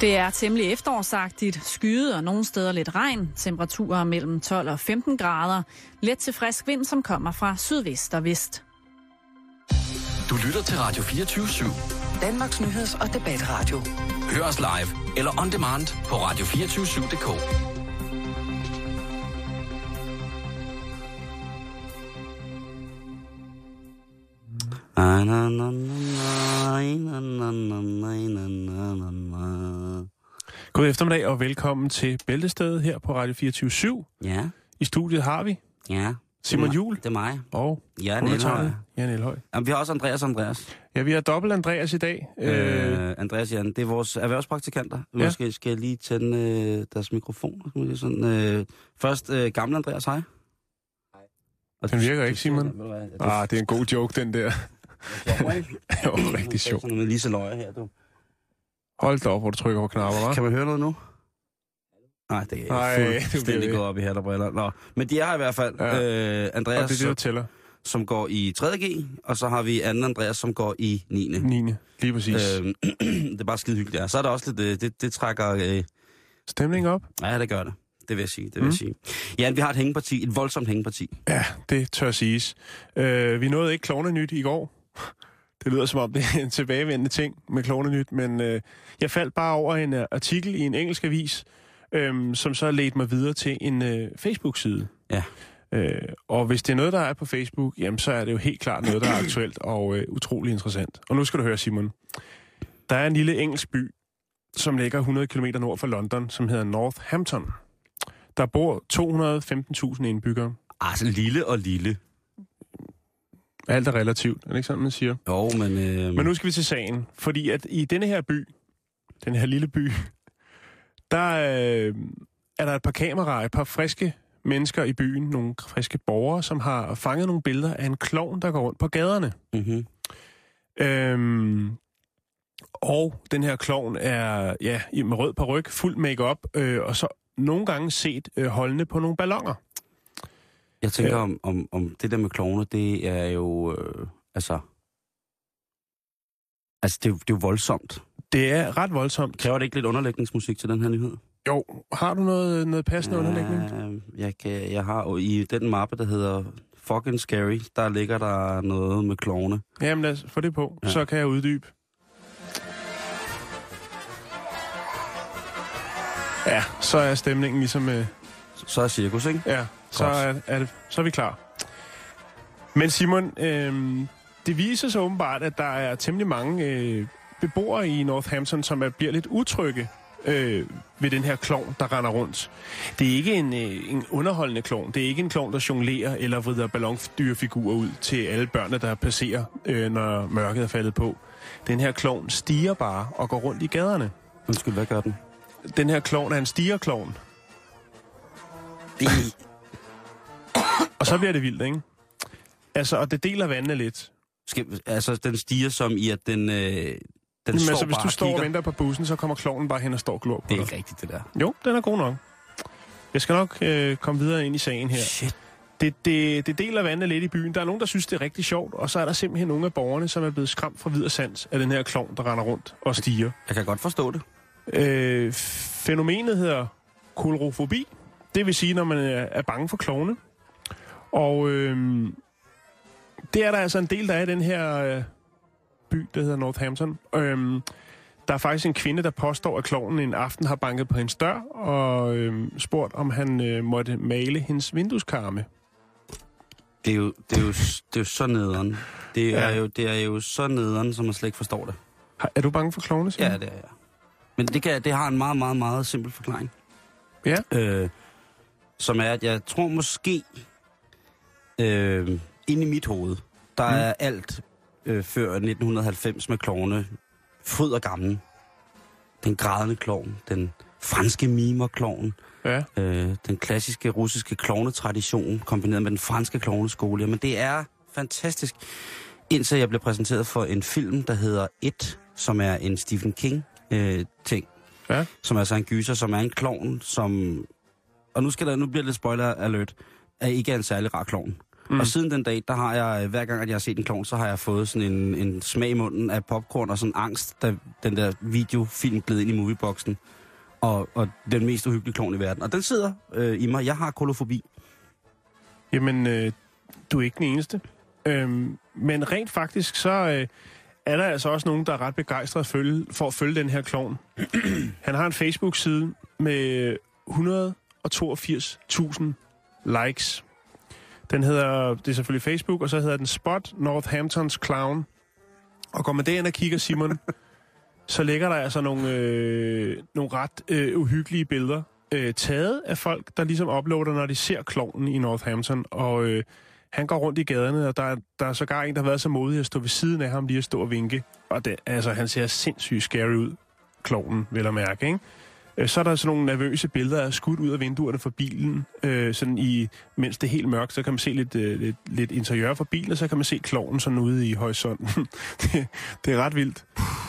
Det er temmelig efterårsagtigt, skyet og nogle steder lidt regn, temperaturer mellem 12 og 15 grader, let til frisk vind, som kommer fra sydvest og vest. Du lytter til Radio 24/7. Danmarks nyheds- og debatradio. Hør os live eller on demand på radio247.dk. God eftermiddag og velkommen til Bæltestedet her på Radio 24/7. Ja. I studiet har vi Ja. Simon Juhl. Det er mig. Og Jan Elhøj. Jan Elhøj. Jamen, vi har også Andreas. Ja, vi har dobbelt Andreas i dag. Andreas Jan, det er vores erhvervspraktikanter. Ja. Måske skal jeg lige tænde deres mikrofon. Sådan, først gamle Andreas, hej. Og Den virker ikke, Simon. Det er en god joke, den der. Det var rigtig sjovt. Sådan med Lise Løjer her, du. Hold da op, hvor du trykker på knapper, hva'? Kan man høre noget nu? Nej, det er fuldstændig gået op i hat og briller. Nå, men de er her i hvert fald. Ja. Andreas, og det er det, der tæller. som går i 3.G, og så har vi anden Andreas, som går i 9. 9. Lige præcis. Det er bare skide hyggeligt. Ja. Så er der også lidt, det trækker... Stemning op? Ja, det gør det. Det vil jeg sige. Ja, vi har et hængeparti, et voldsomt hængeparti. Ja, det tør siges. Vi nåede ikke Klovnenyt i går. Det lyder som om, det er en tilbagevendende ting med Klovnenyt, men jeg faldt bare over en artikel i en engelsk avis, som så ledte mig videre til en Facebook-side. Ja. Og hvis det er noget, der er på Facebook, jamen, så er det jo helt klart noget, der er aktuelt og utrolig interessant. Og nu skal du høre, Simon. Der er en lille engelsk by, som ligger 100 km nord for London, som hedder Northampton. Der bor 215.000 indbyggere. Altså lille og lille. Alt er relativt, er det ikke sådan, man siger? Jo, men... Men nu skal vi til sagen, fordi at i denne her by, den her lille by, der er der et par kameraer, et par friske mennesker i byen, nogle friske borgere, som har fanget nogle billeder af en klovn, der går rundt på gaderne. Mm-hmm. Og den her klovn er med rød paryk, fuld makeup, og så nogle gange set holdende på nogle balloner. Jeg tænker om det der med klovne, det er jo... Altså, det er jo voldsomt. Det er ret voldsomt. Kræver det ikke lidt underlægningsmusik til den her nyhed? Jo, har du noget passende underlægning? Jeg har i den mappe, der hedder Fucking Scary, der ligger der noget med klovne. Jamen lad os få det på, så kan jeg uddybe. Ja, så er stemningen ligesom... Så er cirkus, ikke? Ja, så er vi klar. Men Simon, det viser sig åbenbart, at der er temmelig mange beboere i Northampton, som bliver lidt utrygge ved den her klovn, der render rundt. Det er ikke en underholdende klovn. Det er ikke en klovn, der jonglerer eller vrider ballondyrefigurer ud til alle børnene, der passerer, når mørket er faldet på. Den her klovn stiger bare og går rundt i gaderne. Undskyld, hvad gør den? Den her klovn er en stigerklovn. Og så bliver det vildt, ikke? Altså, og det deler vandene lidt. Den stiger som i, at den Men står altså, hvis bare du står og kigger. venter på bussen, så kommer klovnen bare hen og står og glor på Det er dig. ikke rigtigt, det der. Jo, den er god nok. Jeg skal nok komme videre ind i sagen her. Shit. Det deler vandene lidt i byen. Der er nogen, der synes, det er rigtig sjovt, og så er der simpelthen nogle af borgerne, som er blevet skræmt fra vid og sans af den her klovn, der render rundt og stiger. Jeg kan godt forstå det. Fænomenet hedder kolrofobi. Det vil sige, når man er bange for klovne. Og det er der altså en del, der er i den her by, der hedder Northampton. Der er faktisk en kvinde, der påstår, at klovnen en aften har banket på hendes dør og spurgt, om han måtte male hendes vindueskarme. Det er jo så nederen. Det er jo så nederen, som man slet ikke forstår det. Er du bange for klovne, Simon? Ja, det er jeg. Men det har en meget, meget, meget simpel forklaring. Ja. Som er, at jeg tror måske, inde i mit hoved, der er alt før 1990 med klovne fryd og gammel. Den grædende klovn, den franske mimer-klovn, den klassiske russiske klovnetradition, kombineret med den franske klovneskole. Men det er fantastisk, indtil jeg blev præsenteret for en film, der hedder It, som er en Stephen King-ting. Ja. Som er så en gyser, som er en klovn, som... Og nu bliver det lidt spoiler alert, er ikke en særlig rar klovn. Og siden den dag, der har jeg, hver gang at jeg har set en klovn, så har jeg fået sådan en smag i munden af popcorn og sådan angst, da den der videofilm gled ind i movieboxen. Og den mest uhyggelige klovn i verden. Og den sidder i mig. Jeg har kolofobi. Jamen, du er ikke den eneste. Men rent faktisk, så er der altså også nogen, der er ret begejstrede for at følge den her klovn. Han har en Facebook-side med 182.000 likes. Det er selvfølgelig Facebook, og så hedder den Spot Northamptons Clown. Og går man derind og kigger, Simon, så ligger der altså nogle ret uhyggelige billeder, taget af folk, der ligesom uploader, når de ser klovnen i Northampton. Og han går rundt i gaderne, og der er sågar en, der har været så modig at stå ved siden af ham, lige at stå og vinke. Og han ser sindssygt scary ud, klovnen, vel at mærke, ikke? Så er der sådan nogle nervøse billeder af skudt ud af vinduerne for bilen, mens det er helt mørkt, så kan man se lidt interiør for bilen, og så kan man se klovnen sådan ude i horisonten. det er ret vildt.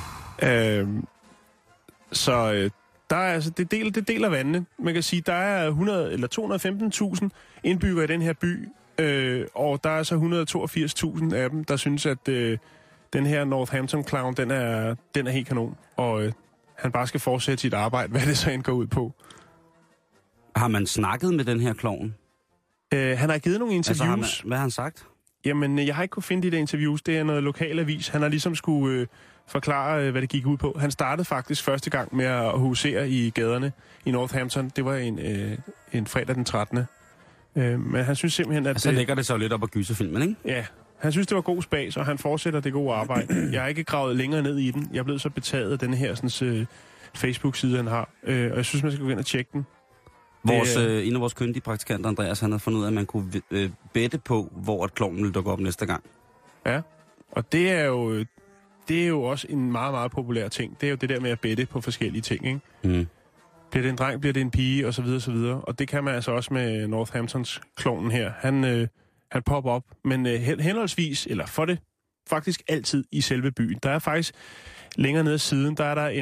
Der er altså, det deler vandene. Man kan sige, der er 215.000 indbyggere i den her by, og der er så 182.000 af dem, der synes, at den her Northampton Clown, den er helt kanon, og han bare skal fortsætte sit arbejde, hvad det så end går ud på. Har man snakket med den her klovn? Han har givet nogle interviews. Altså, hvad har han sagt? Jamen, jeg har ikke kunne finde de der interviews. Det er noget lokalavis. Han har ligesom skulle forklare, hvad det gik ud på. Han startede faktisk første gang med at husere i gaderne i Northampton. Det var en fredag den 13. Men han synes simpelthen, at... Så lægger det så lidt op ad gyserfilmen, ikke? Ja, han synes, det var god spas, og han fortsætter det gode arbejde. Jeg har ikke gravet længere ned i den. Jeg er blevet så betaget af denne her Facebook-side, han har. Og jeg synes, man skal gå ind og tjekke den. En af vores kyndige praktikanter, Andreas, han har fundet ud af, at man kunne bette på, hvor et klovnen ville dukke op næste gang. Ja, og det er jo også en meget, meget populær ting. Det er jo det der med at bette på forskellige ting, ikke? Mm. Bliver det en dreng, bliver det en pige, og så videre, så videre. Og det kan man altså også med Northamptons klovnen her. Han popper op, men henholdsvis, eller for det, faktisk altid i selve byen. Der er faktisk længere nede ad siden, der er der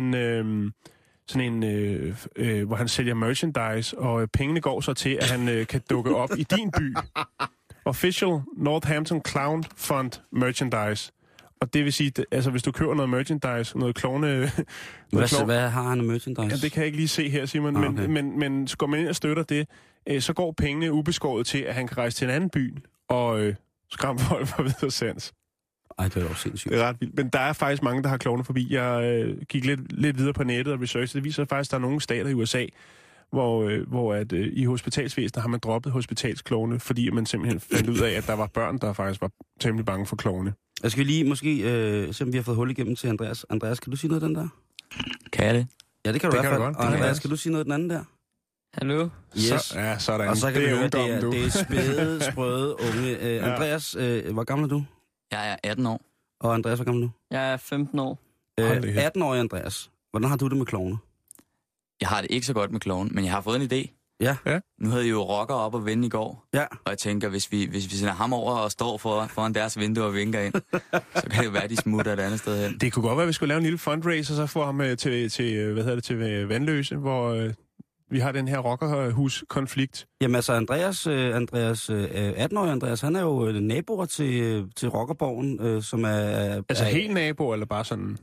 hvor han sælger merchandise, og pengene går så til, at han kan dukke op i din by. Official Northampton Clown Fund merchandise. Og det vil sige, altså hvis du køber noget merchandise, noget klovne... Hvad har han af merchandise? Ja, det kan jeg ikke lige se her, Simon. Okay. Men så går man ind og støtter det, så går pengene ubeskåret til, at han kan rejse til en anden by og skræmme folk for videre sans. Ej, det er jo sindssygt. Det er ret vildt. Men der er faktisk mange, der har klovne forbi. Jeg gik lidt videre på nettet og research. Det viser faktisk, at der er nogle stater i USA, hvor at, i hospitalsvæsenet har man droppet hospitalsklovne, fordi man simpelthen fandt ud af, at der var børn, der faktisk var temmelig bange for klovne. Jeg skal lige måske se, om vi har fået hul igennem til Andreas. Andreas, kan du sige noget af den der? Kan jeg det? Ja, det kan du i hvert fald. Og Andreas, kan du sige noget af den anden der? Hallo? Yes. Sådan. Og så kan vi høre, det er spæde, sprøde unge. Andreas, hvor gammel er du? Jeg er 18 år. Og Andreas, hvor gammel er du? Jeg er 15 år. 18-årig Andreas. Hvordan har du det med klovne? Jeg har det ikke så godt med klovne, men jeg har fået en idé. Ja. Nu havde I jo rocker op og vende i går. Ja. Og jeg tænker, hvis vi sender ham over og står foran deres vindue og vinker ind, så kan det jo være, de smutter et andet sted hen. Det kunne godt være, at vi skulle lave en lille fundraiser, så få ham til Vandløse, hvor vi har den her rockerhus-konflikt. Jamen altså, Andreas 18-årig Andreas, han er jo naboer til Rockerborgen, som er... Altså helt nabo, eller bare sådan...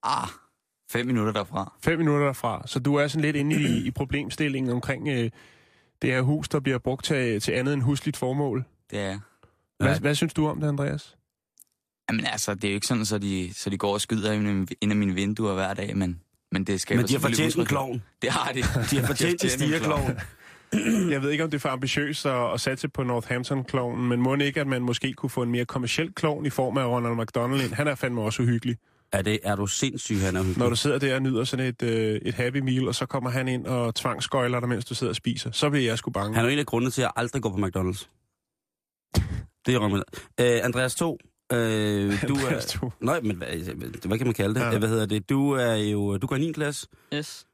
5 minutter derfra. 5 minutter derfra. Så du er sådan lidt inde i problemstillingen omkring det her hus, der bliver brugt til andet end husligt formål. Det er. Hvad synes du om det, Andreas? Jamen altså, det er jo ikke sådan, så de går og skyder ind af mine vinduer hver dag, men det skal. Men de har fortjent en klovn. Det har de. De har fortjent en stigerklovn. Jeg ved ikke, om det er for ambitiøst at satse på Northampton-klovnen, men må ikke, at man måske kunne få en mere kommerciel klovn i form af Ronald McDonald ind. Han er fandme også uhyggelig. Er du sindssyg, han er hyggelig? Når du sidder der og nyder sådan et Happy Meal, og så kommer han ind og tvangskøjler dig, mens du sidder og spiser, så bliver jeg sgu bange. Han er jo en af grundene til, at jeg aldrig går på McDonald's. Det er jo Andreas 2. Du er... Nej, men hvad kan man kalde det? Ja. Hvad hedder det? Du går i 9. klasse. Yes.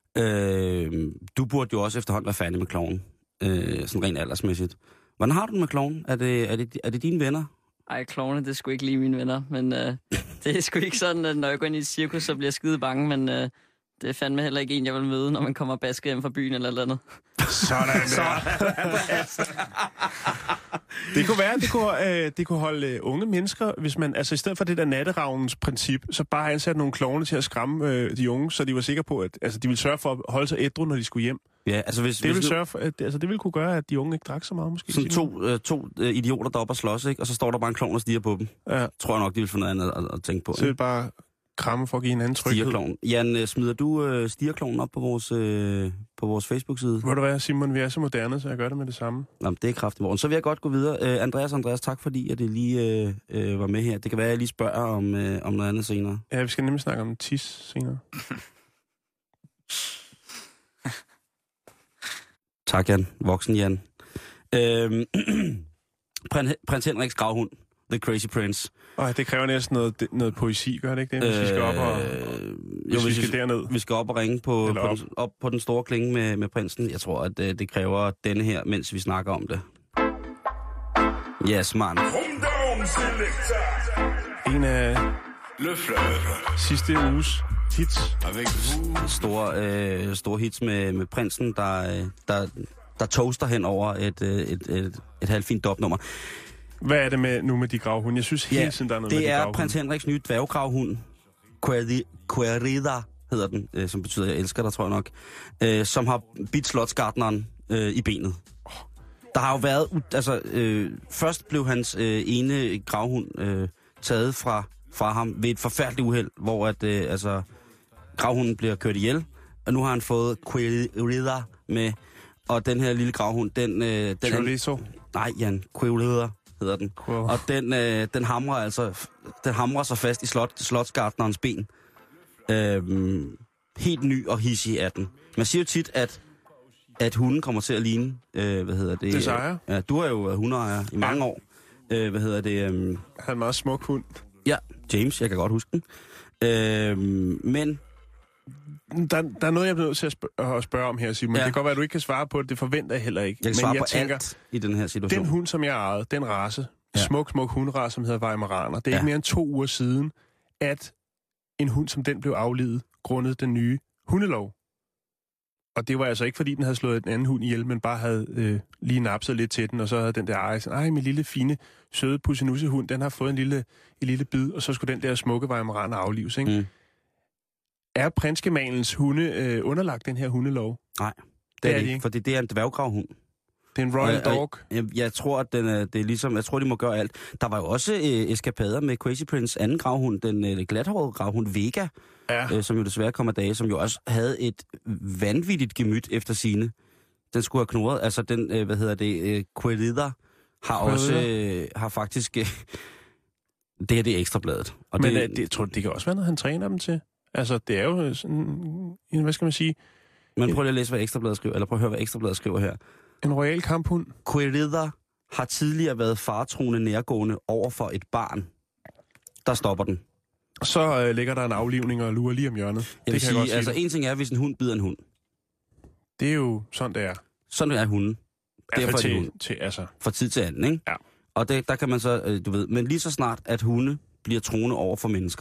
Du burde jo også efterhånden være færdig med klovnen. Sådan rent aldersmæssigt. Hvordan har du det med klovnen? Er det dine venner? Ej, klovne, det er sgu ikke lige mine venner, men det er sgu ikke sådan, at når jeg går ind i et cirkus, så bliver jeg skide bange, men det er fandme heller ikke en, jeg vil møde, når man kommer basket hjem fra byen eller andet. Sådan der. Det kunne være, det kunne holde unge mennesker, hvis man, altså i stedet for det der natteravnens princip, så bare ansat nogle klovne til at skræmme de unge, så de var sikre på, at altså, de ville sørge for at holde sig ædru, når de skulle hjem. Ja, altså det ville sørge for, det ville kunne gøre, at de unge ikke drak så meget, måske. Sådan to idioter deroppe og slås, ikke? Og så står der bare en klovn og stiger på dem. Ja. Tror jeg nok, de vil få noget andet at tænke på. Så det er bare kramme for at give en anden tryghed. Jan, smider du stierklovnen op på vores Facebook-side? Må du være, Simon, vi er så moderne, så jeg gør det med det samme. Jamen, det er kraftigt morgen. Så vil jeg godt gå videre. Andreas, tak fordi at det lige var med her. Det kan være, at jeg lige spørger om noget andet senere. Ja, vi skal nemlig snakke om tis senere. Tak, Jan. Voksen Jan. Prins Henriks gravhund. The Crazy Prince. Det kræver næsten noget poesi, gør det ikke det? Hvis vi skal op og... hvis vi skal derned. Vi skal op og ringe op på den store klinge med prinsen. Jeg tror, at det kræver denne her, mens vi snakker om det. Yes, man. En af sidste uges hits. Store hits med prinsen, der toaster hen over et halvt fint dopnummer. Hvad er det med de gravhunde? Jeg synes hele tiden, der er noget med de gravhunde. Det er prins Henriks nye dværggravhund. Querida hedder den, som betyder, jeg elsker dig, tror jeg nok. Som har bidt slotsgartneren i benet. Der har jo været... først blev hans ene gravhund taget fra ham ved et forfærdeligt uheld, hvor gravhunden bliver kørt ihjel. Og nu har han fået Querida med. Og den her lille gravhund, Chorizo? Nej, Jan. Querida hedder den. Cool. Og den hamrer sig fast i slotsgartnerens ben. Helt ny og hissig af den. Man siger jo tit, at hunden kommer til at ligne, Desire. Ja, du har jo været hundeejer i mange år. Han er en meget smuk hund. Ja, James, jeg kan godt huske den. Men... Der er noget, jeg bliver nødt til at spørge om her, Simon. Ja. Det kan godt være, at du ikke kan svare på det. Det forventer jeg heller ikke. Jeg kan svare på alt i den her situation. Den hund, som jeg ejede, den race, smuk hunderace, som hedder Weimaraner. Det er ikke mere end 2 uger siden, at en hund som den blev aflivet, grundet den nye hundelov. Og det var altså ikke, fordi den havde slået en anden hund ihjel, men bare havde lige napset lidt til den, og så havde den der ejer sådan, min lille, fine, søde pussenussehund, den har fået en lille bid, og så skulle den der smukke Weimaraner aflives, ikke? Mm. Er prinsgemalens hunde underlagt den her hundelov? Nej, det er det ikke, for det er en dværggravhund. Det er en royal dog? Jeg tror, at det er ligesom, jeg tror, de må gøre alt. Der var jo også eskapader med Crazy Prince anden gravhund, den glathårede gravhund Vega, som jo desværre kom af dage, som jo også havde et vanvittigt gemyt efter sine. Den skulle have knurret. Altså den, Querida har også, har faktisk, det her det er Ekstrabladet. Og men det kan også være noget, han træner dem til. Altså, det er jo sådan en, hvad skal man sige? Men prøv lige at læse, hvad Ekstrabladet skriver, eller prøv at høre, hvad Ekstrabladet skriver her. En royal kamphund. Querida har tidligere været faretruende nærgående over for et barn. Der stopper den. Så ligger der en aflivning og lurer lige om hjørnet. Jeg vil sige, altså en ting er, hvis en hund bider en hund. Det er jo sådan, det er. Sådan er hunden. Derfor fra tid til anden, ikke? Ja. Og der kan man så, men lige så snart, at hunde bliver troende over for mennesker,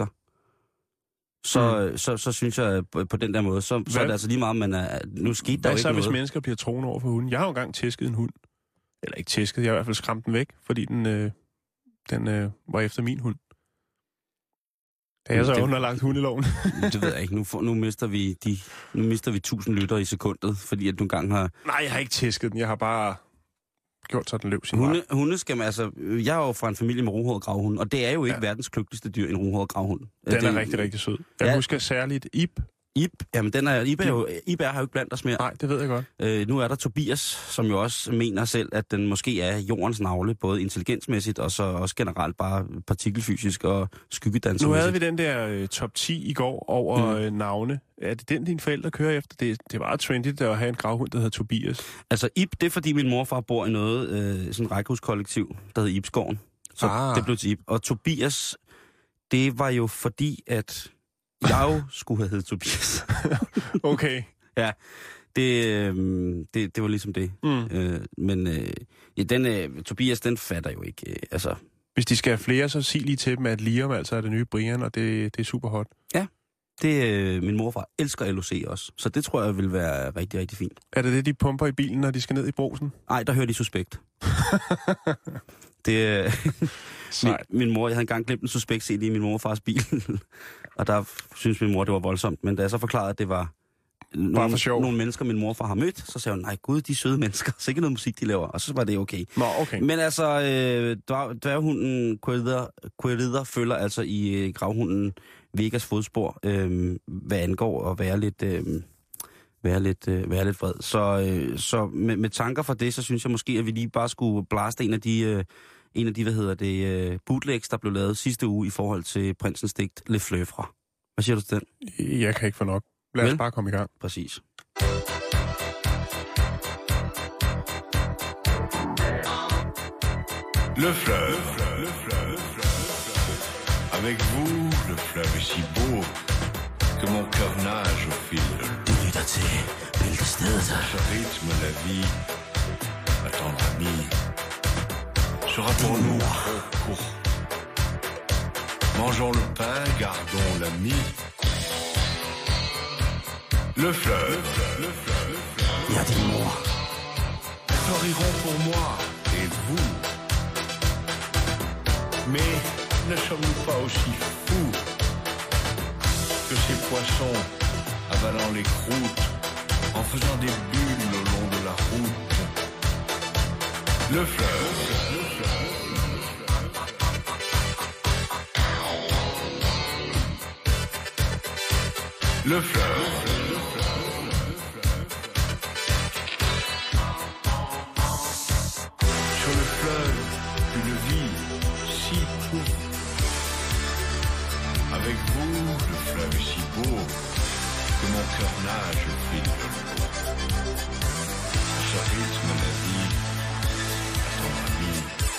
så synes jeg, på den der måde, så er det altså lige meget, man er... Nu skete der jo ikke noget. Hvad så, hvis mennesker bliver troende over for hunden? Jeg har jo engang tæsket en hund. Eller ikke tæsket, jeg har i hvert fald skræmt den væk, fordi den var efter min hund. Da jeg så underlagt hundeloven. Det ved jeg ikke. Nu mister vi 1000 lytter i sekundet, fordi at du engang har... Nej, jeg har ikke tæsket den. Jeg har bare gjort så den løb sin vej. Hunde skal man, altså... Jeg er jo fra en familie med ruhåret gravhund, og det er jo ikke verdens kløgtigste dyr, en ruhåret gravhund. Den er rigtig, rigtig sød. Jeg husker særligt Ib. Jamen Ib har jo ikke blandt os mere. Nej, det ved jeg godt. Nu er der Tobias, som jo også mener selv, at den måske er jordens navle, både intelligensmæssigt og så også generelt bare partikelfysisk og skyggedanser. Nu havde vi den der top 10 i går over navne. Er det den, dine forældre kører efter? Det er meget trendigt at have en gravhund, der hedder Tobias. Altså Ib, det er fordi min morfar bor i noget, sådan et rækkehuskollektiv, der hedder Ibskoven. Så det blev til Ib. Og Tobias, det var jo fordi, at jeg jo skulle have heddet Tobias. Okay. Ja, det var ligesom det. Men Tobias, den fatter jo ikke. Altså. Hvis de skal have flere, så sig lige til dem, at Liam altså er det nye Brian, og det er super hot. Ja. Min morfar elsker LOC også, så det tror jeg vil være rigtig, rigtig fint. Er det de pumper i bilen, når de skal ned i Brugsen? Nej, der hører de Suspekt. Det min mor, jeg havde engang glemt en Suspekt i min morfars bil, og der synes min mor, det var voldsomt, men da jeg så forklarede, at det var nogle mennesker, min morfar har mødt, så sagde hun, nej gud, de søde mennesker, så ikke noget musik, de laver, og så var det okay. Nå, okay. Men altså, dværghunden Querida følger altså i gravhunden Vegas fodspor, hvad angår at være lidt vred. Så med tanker for det, så synes jeg måske, at vi lige bare skulle blaste en af de bootlegs, der blev lavet sidste uge i forhold til prinsens digt Le Fleuve. Hvad siger du til den? Jeg kan ikke få nok. Lad os bare komme i gang. Præcis. Le fleuve, avec vous, le fleuve est si beau que mon cœur nage au fil de l'eau. Ce rythme, la vie, ma tendre amie, sera pour nous trop court. Mangeons le pain, gardons l'ami. Le fleuve, Ja, din mor. fleuriront pour moi et vous. Mais ne sommes-nous pas aussi fous que ces poissons avalant les croûtes en faisant des bulles au long de la route? Le fleuve, le fleuve. Sur le fleuve, une vie si courte. Avec vous, le fleuve est si beau que mon cœur nage au fil de l'eau. Ce rythme, la vie, à ton ami.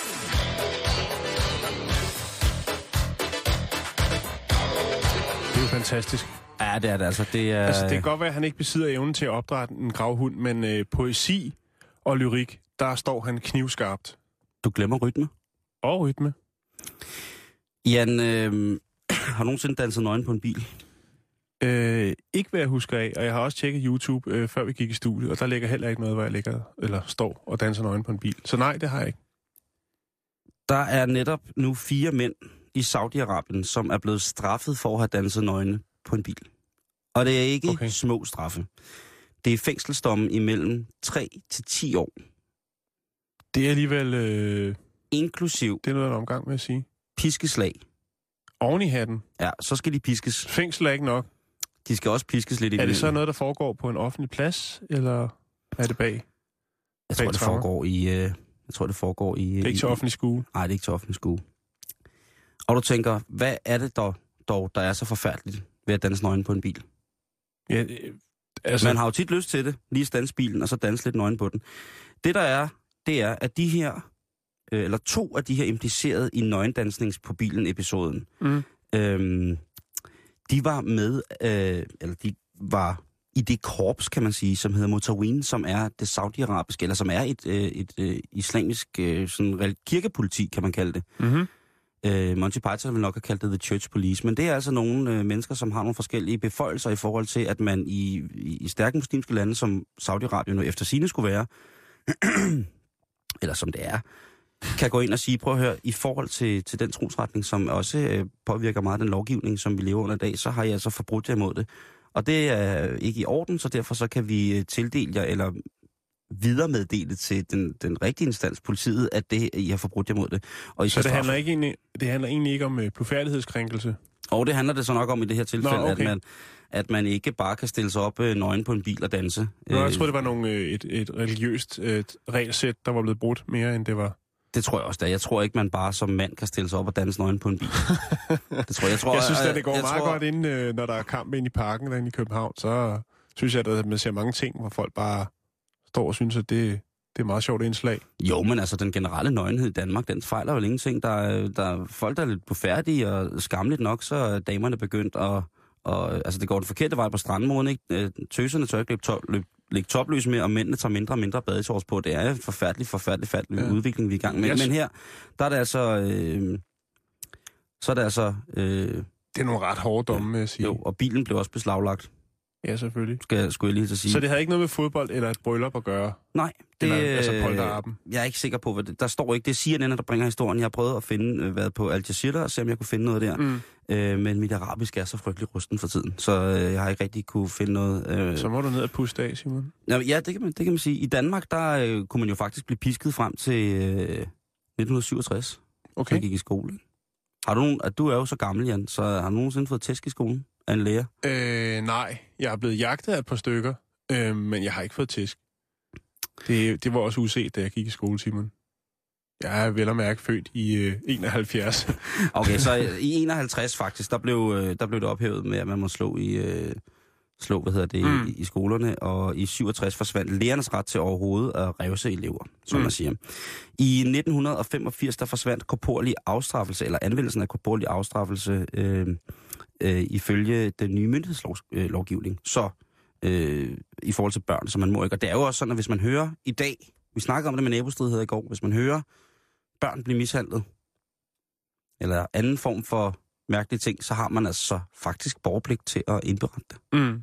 Det er jo fantastisk. Ja, det er det altså. Altså, det kan godt være, at han ikke besidder evnen til at opdrætte en gravhund, men poesi og lyrik, der står han knivskarpt. Du glemmer rytme. Og rytme. Jan, har du nogensinde danset nøgen på en bil? Ikke hvad jeg husker af, og jeg har også tjekket YouTube, før vi gik i studiet, og der ligger heller ikke noget, hvor jeg ligger eller står og danser nøgen på en bil. Så nej, det har jeg ikke. Der er netop nu 4 mænd i Saudi-Arabien, som er blevet straffet for at have danset nøgne på en bil. Og det er ikke små straffe. Det er fængselsdomme imellem 3 til 10 år. Det er alligevel... Inklusiv... Det er noget af en omgang med at sige. Piskeslag. Oven i hatten. Ja, så skal de piskes. Fængsel er ikke nok. De skal også piskes lidt i. Er det så noget, der foregår på en offentlig plads, eller er det bag? Jeg tror, det foregår i... Det er ikke til offentlig skue? Nej, det er ikke til offentlig skue. Og du tænker, hvad er det dog, der er så forfærdeligt ved at danse nøgen på en bil? Ja, altså... Man har jo tit lyst til det, lige stands bilen, og så danse lidt nøgen på den. Det der er, det er, at de her, eller 2 af de her implicerede i nøgendansnings på bilen-episoden, de var med, eller de var i det korps, kan man sige, som hedder Motawin, som er det saudiarabiske, eller som er et islamisk sådan kirkepoliti, kan man kalde det. Mm-hmm. Monty Python vil nok have kaldt det The Church Police, men det er altså nogle mennesker, som har nogle forskellige beføjelser i forhold til, at man i stærke muslimske lande, som Saudi-Arabien nu efter sigende skulle være, eller som det er, kan gå ind og sige, prøv at høre, i forhold til den trosretning, som også påvirker meget den lovgivning, som vi lever under i dag, så har jeg altså forbrudt jer imod det. Og det er ikke i orden, så derfor så kan vi tildele jer, eller videremeddele til den rigtige instans, politiet, at det, I har forbrudt jer mod det. Og så det handler egentlig ikke om blufærdighedskrænkelse? Og det handler det så nok om i det her tilfælde, okay. at man ikke bare kan stille sig op nøgen på en bil og danse. Jeg tror, det var et religiøst regelsæt, der var blevet brudt mere, end det var. Det tror jeg også, da. Jeg tror ikke, man bare som mand kan stille sig op og danse nøgen på en bil. Det tror jeg. Jeg synes, at det går meget godt ind, når der er kamp ind i parken derinde i København. Så synes jeg, at man ser mange ting, hvor folk bare står og synes, at det er meget sjovt indslag. Jo, men altså den generelle nøgenhed i Danmark, den fejler jo ingenting. Der er folk, der er lidt blufærdige og skamligt nok, så er damerne begyndt at... altså det går den forkerte vej på strandmoden, ikke? Tøserne tør ikke lægge topløs med, og mændene tager mindre og mindre badetøj på. Det er en forfærdelig udvikling, vi er i gang med. Yes. Men her, der er det altså... Det Det er nogle ret hårde domme, vil jeg sige. Jo, og bilen blev også beslaglagt. Ja, selvfølgelig. Skulle jeg lige til sige. Så det havde ikke noget med fodbold eller et bryllup at gøre? Nej. Det, altså polterappen? Jeg er ikke sikker på, hvad det... Der står ikke. Det siger CNN, der bringer historien. Jeg har prøvet at finde, hvad på Al Jazeera, og se om jeg kunne finde noget der. Men mit arabisk er så frygtelig rusten for tiden, så jeg har ikke rigtig kunne finde noget... Så må du ned og puste af, Simon. Ja, det kan man sige. I Danmark, der kunne man jo faktisk blive pisket frem til 1967. Okay. Jeg gik i skole. Har du nogen... Du er jo så gammel, Jan, så har du nogensinde fået tæsk i skolen af en lærer? Nej, jeg er blevet jagtet af et par stykker, men jeg har ikke fået tæsk. Det var også uset, da jeg gik i skole, Simon. Jeg er vel og mærke født i 71. Okay, så i 51 faktisk, der blev det ophævet med, at man må slå i skolerne, og i 67 forsvandt lærernes ret til overhovedet at revse elever, som man siger. I 1985, der forsvandt korporlig afstraffelse, eller anvendelsen af korporlig afstraffelse, ifølge den nye myndighedslovgivning. Så i forhold til børn, så man må ikke. Og det er jo også sådan, at hvis man hører i dag, vi snakkede om det med nabostridigheder i går, hvis man hører børn blive mishandlet, eller anden form for mærkelige ting, så har man altså faktisk borgerpligt til at indberette det.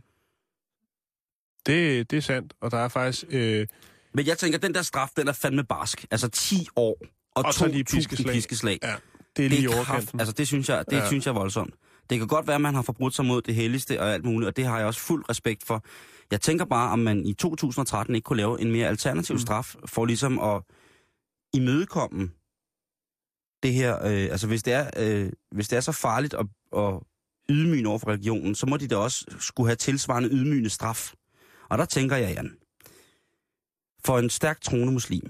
Det er sandt, og der er faktisk... Men jeg tænker, den der straf, den er fandme barsk. Altså 10 år og 2.000 piskeslag. Ja, det er lige overkanten. Altså det synes jeg er voldsomt. Det kan godt være, at man har forbrudt sig mod det helligste og alt muligt, og det har jeg også fuld respekt for. Jeg tænker bare, om man i 2013 ikke kunne lave en mere alternativ straf, for ligesom at imødekomme det her. Altså hvis det er så farligt og ydmygende over for religionen, så må de da også skulle have tilsvarende ydmygende straf. Og der tænker jeg, Jan, for en stærk troende muslim.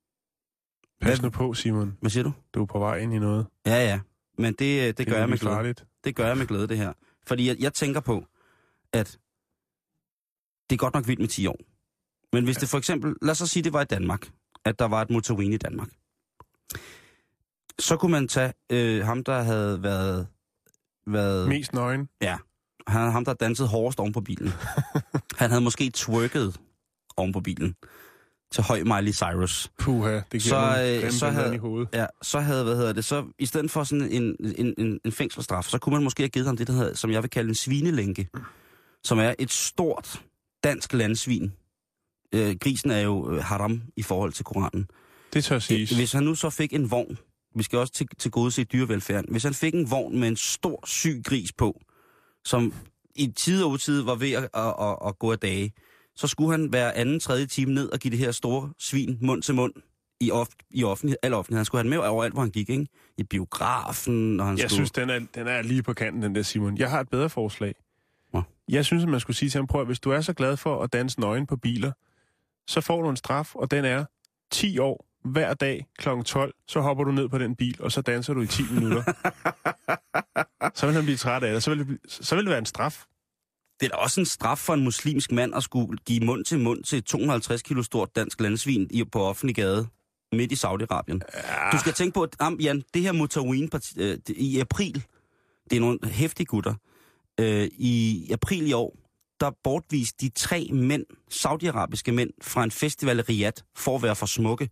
Pas nu på, Simon. Hvad siger du? Du er på vej ind i noget. Ja. Men det gør jeg med glæde. Farligt. Det gør jeg med glæde, det her. Fordi jeg tænker på, at det er godt nok vildt med 10 år. Men hvis det for eksempel, lad os så sige, det var i Danmark, at der var et Mutaween i Danmark, så kunne man tage ham, der havde været... Mest nøgen? Ja. Ham, der dansede hårdest oven på bilen. Han havde måske twerket oven på bilen til høj Miley Cyrus. Puha, det giver så havde i hovedet. Ja, så havde, så i stedet for sådan en fængselsstraf, så kunne man måske have givet ham det, der hedder, som jeg vil kalde en svinelænke, som er et stort dansk landsvin. Grisen er jo haram i forhold til Koranen. Det tør siges. Hvis han nu så fik en vogn, vi skal også til gode se dyrevelfærden, hvis han fik en vogn med en stor syg gris på, som i tid og utid var ved at gå af dage, så skulle han hver anden, tredje time ned og give det her store svin mund til mund i offentlighed. Han skulle have den med overalt, hvor han gik, ikke? I biografen, og han Jeg synes, den er lige på kanten, den der, Simon. Jeg har et bedre forslag. Ja. Jeg synes, at man skulle sige til ham, prøv at hvis du er så glad for at danse nøgen på biler, så får du en straf, og den er 10 år hver dag kl. 12, så hopper du ned på den bil, og så danser du i 10 minutter. Så vil han blive træt af det. Så vil det være en straf. Det er da også en straf for en muslimsk mand at skulle give mund til 250 kilo stort dansk landsvin på offentlig gade midt i Saudi-Arabien. Ja. Du skal tænke på, at Jan, det her Mutaween i april, det er nogle hæftige gutter. I april i år, der bortviste de 3 mænd, saudiarabiske mænd, fra en festival i Riyadh for at være for smukke.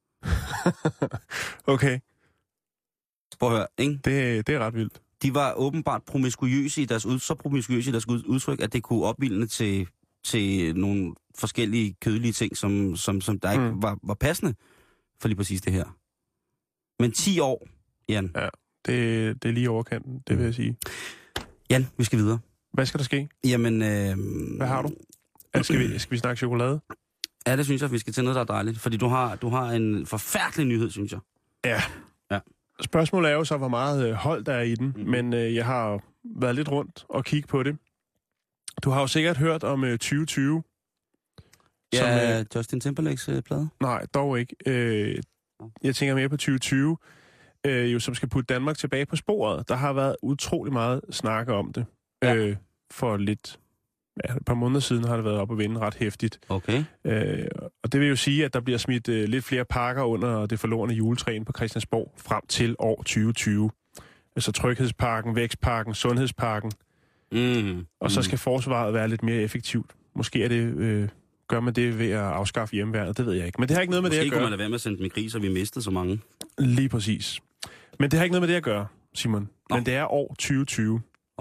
Okay. Prøv at høre, ikke? Det er ret vildt. De var åbenbart promiskuøse i deres udtryk, at det kunne opildne til nogle forskellige kødelige ting, som der ikke var passende for lige præcis det her. Men 10 år, Jan. Ja, det er lige overkanten, det vil jeg sige. Jan, vi skal videre. Hvad skal der ske? Jamen... Hvad har du? Skal vi snakke chokolade? Ja, det synes jeg, vi skal til noget, der er dejligt. Fordi du har en forfærdelig nyhed, synes jeg. Ja. Spørgsmålet er jo så, hvor meget hold der er i den, men jeg har været lidt rundt og kigge på det. Du har jo sikkert hørt om 2020. Ja, som, Justin Timberlakes plade? Nej, dog ikke. Jeg tænker mere på 2020, som skal putte Danmark tilbage på sporet. Der har været utrolig meget snak om det. Ja. For lidt... Ja, et par måneder siden har det været op at vinde ret hæftigt. Okay. Og det vil jo sige, at der bliver smidt lidt flere pakker under det forlorene juletræen på Christiansborg frem til år 2020. Altså tryghedspakken, vækstpakken, sundhedspakken. Og så skal forsvaret være lidt mere effektivt. Måske er det, gør man det ved at afskaffe hjemmeværnet, det ved jeg ikke. Men det har ikke noget med det at gøre. Måske kunne man lade være med at sende dem i krig, så vi mistede så mange. Lige præcis. Men det har ikke noget med det at gøre, Simon. Men det er år 2020.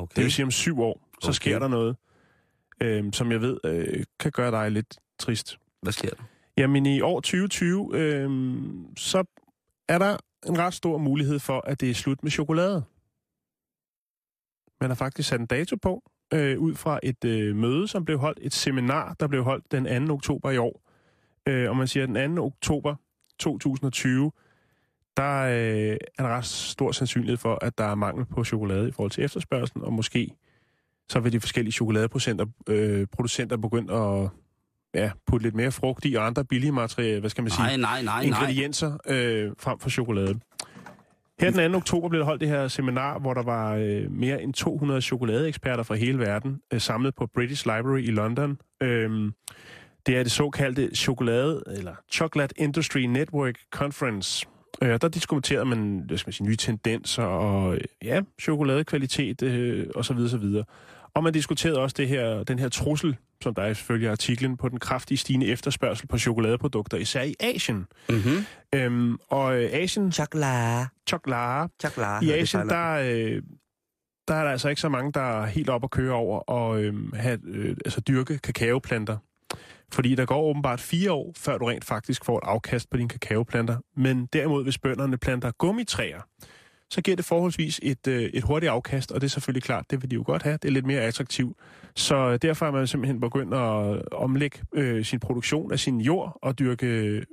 Okay. Det vil sige, om 7 år, så sker der noget, som jeg ved kan gøre dig lidt trist. Hvad sker der? Jamen i år 2020, så er der en ret stor mulighed for, at det er slut med chokolade. Man har faktisk sat en dato på, ud fra et møde, som blev holdt, et seminar, der blev holdt den 2. oktober i år. Og man siger, at den 2. oktober 2020, der er der ret stor sandsynlighed for, at der er mangel på chokolade i forhold til efterspørgselen, og måske så vil de forskellige chokoladeproducenter begynde at putte lidt mere frugt i, og andre billige materialer, hvad skal man sige? Nej. Ingredienser frem for chokolade. Her den 2. oktober blev der holdt det her seminar, hvor der var mere end 200 chokoladeeksperter fra hele verden, samlet på British Library i London. Det er det såkaldte Chocolate Industry Network Conference. Der diskuterede man, nye tendenser og chokoladekvalitet og så videre, så videre. Og man diskuterede også den her trussel, som der er ifølge artiklen, på den kraftige stigende efterspørgsel på chokoladeprodukter, især i Asien. Mm-hmm. Og Asien... Chokolade. I Asien, der er der altså ikke så mange, der er helt op at køre over og dyrke kakaoplanter. Fordi der går åbenbart 4 år, før du rent faktisk får et afkast på dine kakaoplanter. Men derimod, hvis bønderne planter gummitræer, så giver det forholdsvis et hurtigt afkast, og det er selvfølgelig klart, det vil de jo godt have. Det er lidt mere attraktivt. Så derfor er man simpelthen begyndt at omlægge sin produktion af sin jord og dyrke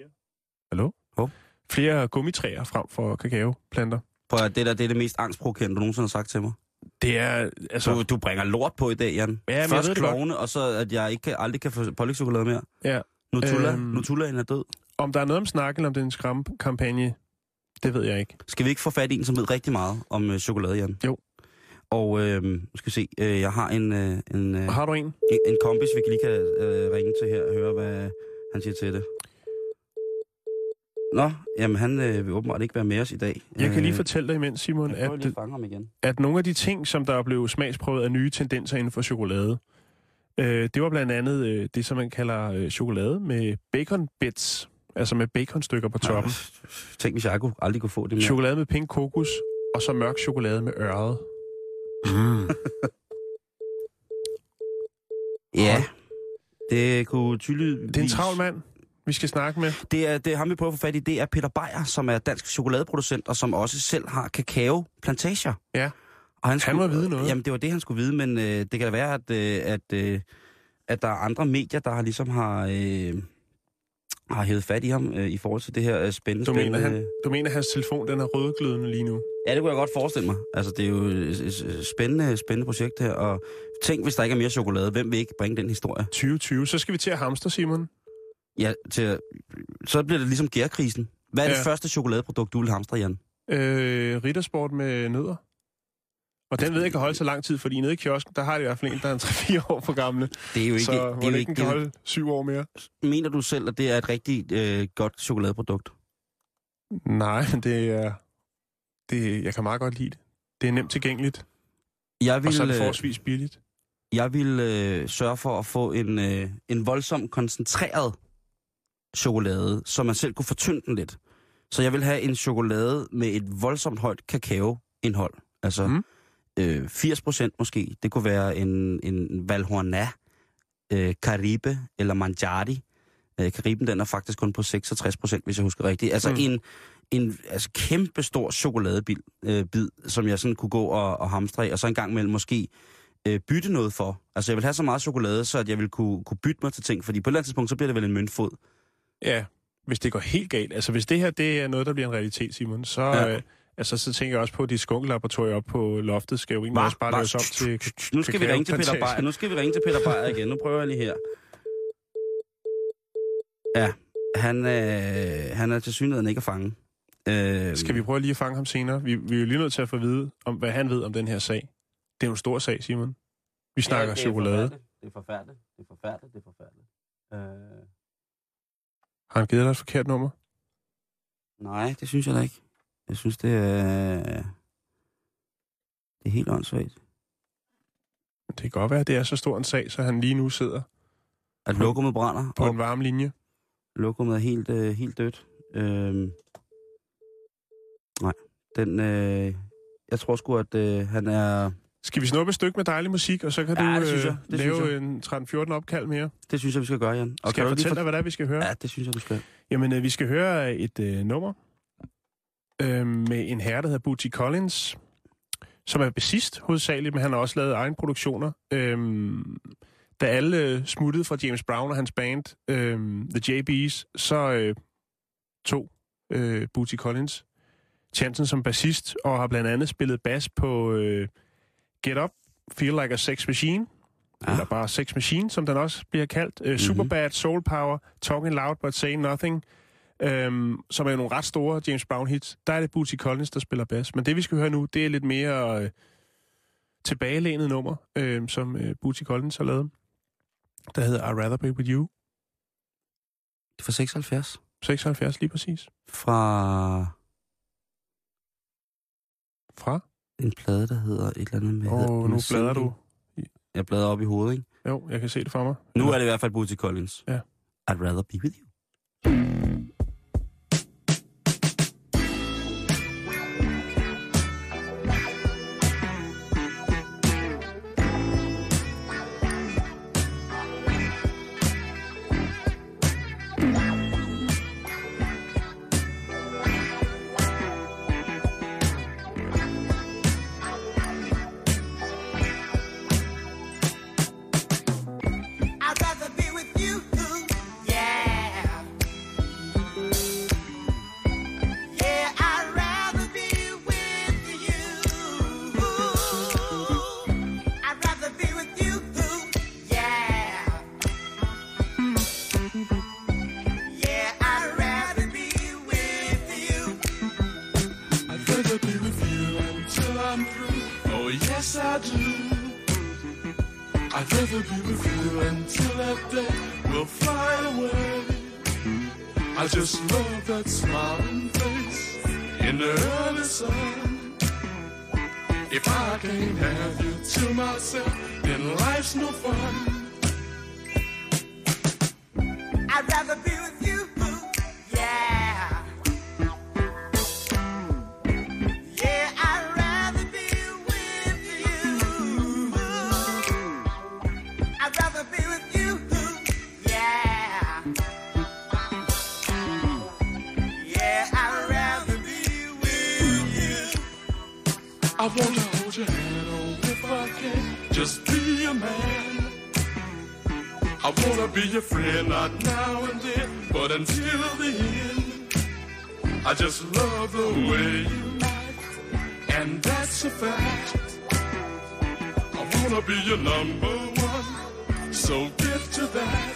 flere gummitræer frem for kakaoplanter. Det er det mest angstprovokerende, du nogensinde har sagt til mig. Det er, altså... Du bringer lort på i dag, Jan. Ja, først klovne, og så at jeg aldrig kan få pålægtschokolade mere. Ja. Nutullaen er død. Om der er noget om snakken om den skræmkampagne, det ved jeg ikke. Skal vi ikke få fat i en, som ved rigtig meget om chokolade, Jan? Jo. Og skal vi se, jeg har har du en? En kompis, vi lige kan ringe til her og høre, hvad han siger til det. Nå, jamen han vil åbenbart ikke være med os i dag. Jeg kan lige fortælle dig imens, Simon, at nogle af de ting, som der blev smagsprøvet af nye tendenser inden for chokolade, det var blandt andet det, som man kalder chokolade med bacon bits, altså med baconstykker på toppen. Tænk, hvis jeg aldrig kunne få det mere. Chokolade med pink kokos, og så mørk chokolade med ørred. Ja, det kunne tydeligvis... Det er en travl mand, vi skal snakke med. Det er ham, vi prøver at få fat i. Det er Peter Beyer, som er dansk chokoladeproducent, og som også selv har kakaoplantager. Ja, og han må vide noget. Jamen, det var det, han skulle vide, men det kan da være, at der er andre medier, der har ligesom har hævet fat i ham i forhold til det her spændende... Du mener, hans telefon den er rødglødende lige nu? Ja, det kunne jeg godt forestille mig. Altså, det er jo et spændende projekt her, og tænk, hvis der ikke er mere chokolade, hvem vil ikke bringe den historie? 2020, så skal vi til at hamstre, Simon. Ja, så bliver det ligesom gærkrisen. Hvad er det første chokoladeprodukt, du vil hamstre, Jan? Rittersport med nødder. Og den ved jeg ikke kan holde så lang tid, fordi nede i kiosken, der har det i hvert fald en, der er 3-4 år for gamle. Det er jo ikke... Så det er jo ikke, kan holde 7 år mere. Mener du selv, at det er et rigtig godt chokoladeprodukt? Nej, jeg kan meget godt lide det. Det er nemt tilgængeligt. Og så er det forholdsvis billigt. Jeg vil sørge for at få en voldsomt koncentreret chokolade, så man selv kunne fortynde den lidt. Så jeg vil have en chokolade med et voldsomt højt kakaoindhold. Altså 80% måske. Det kunne være en Valrhona, Caribe eller Mangiati. Cariben, den er faktisk kun på 66%, hvis jeg husker rigtigt. Altså en kæmpe stor chokoladebid, som jeg sådan kunne gå og hamstre af, og så en gang imellem måske bytte noget for. Altså jeg vil have så meget chokolade, så at jeg vil kunne bytte mig til ting, fordi på et eller andet tidspunkt, så bliver det vel en møntfod. Ja, hvis det går helt galt. Altså hvis det her, det er noget, der bliver en realitet, Simon, så... så tænker jeg også på, at de skunkellaboratorier oppe på loftet skal jo egentlig også bare laves op til... Nu skal vi ringe til Peter Beyer. Nu skal vi ringe til Peter Beyer igen. Nu prøver jeg lige her. Ja, han er tilsyneladende ikke at fange. Skal vi prøve lige at fange ham senere? Vi er jo lige nødt til at få at vide, om hvad han ved om den her sag. Det er jo en stor sag, Simon. Vi snakker chokolade. Det er forfærdeligt. Har han givet dig et forkert nummer? Nej, det synes jeg da ikke. Jeg synes, det er helt åndssvagt. Det kan godt være, at det er så stor en sag, så han lige nu sidder... At lokummet brænder. På en varm linje. Lokummet er helt dødt. Nej, jeg tror sgu, at han er Skal vi snuppe et stykke med dejlig musik, og så kan du lave en 13-14 opkald mere? Det synes jeg, vi skal gøre, Jan. Og skal jeg fortælle dig, hvad det er, vi skal høre? Ja, det synes jeg, du skal. Jamen, vi skal høre et nummer med en herre, der hedder Bootsy Collins, som er bassist hovedsageligt, men han har også lavet egen produktioner. Da alle smuttede fra James Brown og hans band, The JB's, så tog Bootsy Collins chancen som bassist, og har blandt andet spillet bass på Get Up, Feel Like a Sex Machine, eller bare Sex Machine, som den også bliver kaldt, Superbad, Soul Power, Talking Loud But Say Nothing, som er nogle ret store James Brown-hits. Der er det Bootsy Collins, der spiller bass. Men det, vi skal høre nu, det er lidt mere tilbagelænet nummer, som Bootsy Collins har lavet, der hedder I'd Rather Be With You. Det er fra 76? 76, lige præcis. Fra en plade, der hedder et eller andet med... nu bladrer du. Jeg bladrer op i hovedet, ikke? Jo, jeg kan se det for mig. Nu er det i hvert fald Bootsy Collins. Ja. I'd rather be with you. I'd rather be with you until that day will fly away. I just love that smiling face in the early sun. If I can't have you to myself, then life's no fun. I'd rather be with you, yeah. I want to hold your hand, oh, if I can, just be a man. I want to be your friend, not now and then, but until the end. I just love the way you act, and that's a fact. I want to be your number one, so get to that.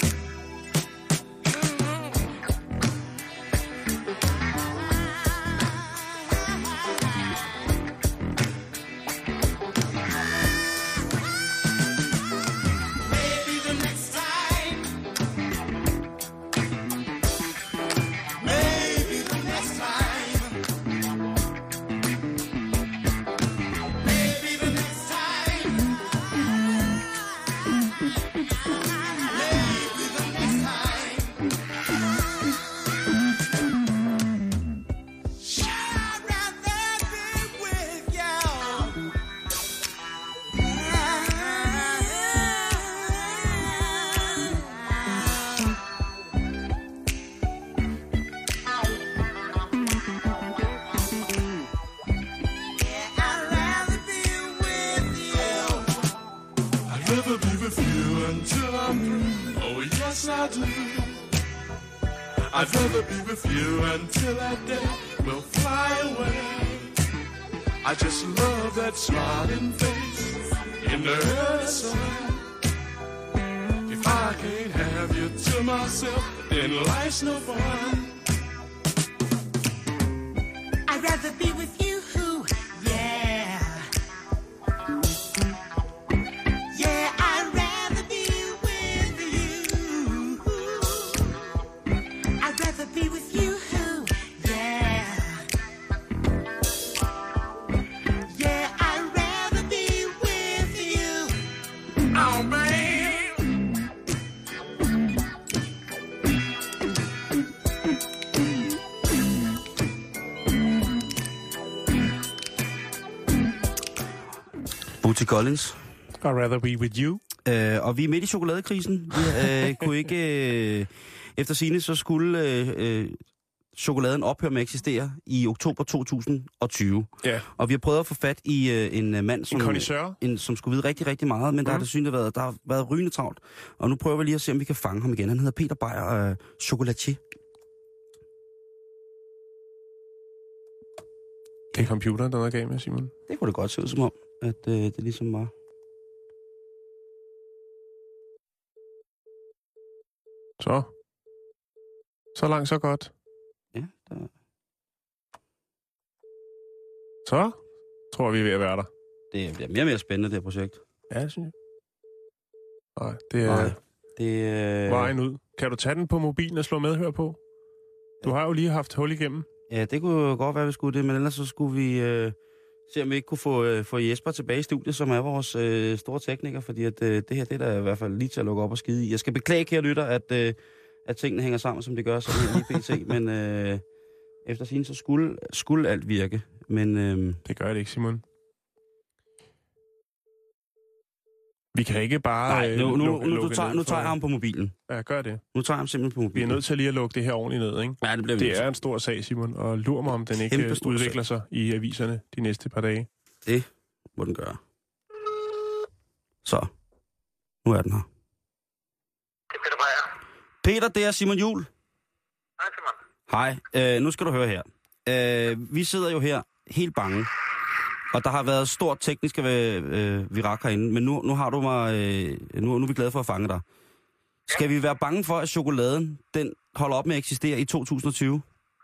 I'd rather be with you until that day will fly away. I just love that smiling face in the early sun. If I can't have you to myself, then life's no fun. I'd rather be with you, yeah. Be with you, yeah. Yeah, I'd rather be with you. Oh, man. Lucy Collins. I'd rather be with you. Og vi er midt i chokoladekrisen. Vi kunne ikke... efter sigende, så skulle chokoladen ophøre med at eksistere i oktober 2020. Ja. Og vi har prøvet at få fat i en mand, som skulle vide rigtig, rigtig meget, men der har været rygende travlt. Og nu prøver vi lige at se, om vi kan fange ham igen. Han hedder Peter Beyer, chocolatier. Det er computeren, der er galt med, Simon. Det kunne det godt se ud som om, at det ligesom var... Så langt, så godt. Ja, der... Så tror vi er ved at være der. Det bliver mere og mere spændende, det her projekt. Ja, det synes jeg. Nej, det er vejen ud. Kan du tage den på mobilen og slå medhør på? Du har jo lige haft hul igennem. Ja, det kunne godt være, vi skulle det, men ellers så skulle vi se, om vi ikke kunne få Jesper tilbage i studiet, som er vores store tekniker, fordi at, det her, det er der i hvert fald lige til at lukke op og skide i. Jeg skal beklage, kære lytter, at tingene hænger sammen, som det gør, sådan lige pt. Men efter sin så skulle alt virke. Men, det gør det ikke, Simon. Vi kan ikke bare... Nej, nu tager jeg ham på mobilen. Ja, gør det. Nu tager jeg ham simpelthen på mobilen. Vi er nødt til lige at lukke det her ordentligt ned, ikke? Ja, det bliver vi. Det er en stor sag, Simon, og lur mig, om den ikke udvikler sig i aviserne de næste par dage. Det må den gøre. Så. Nu er den her. Det er Peter Beyer. Peter, det er Simon Juhl. Hej, Simon. Hej. Nu skal du høre her. Vi sidder jo her helt bange. Og der har været stort teknisk virak herinde, men nu har du mig... Nu er vi glade for at fange dig. Skal vi være bange for, at chokoladen den holder op med at eksistere i 2020?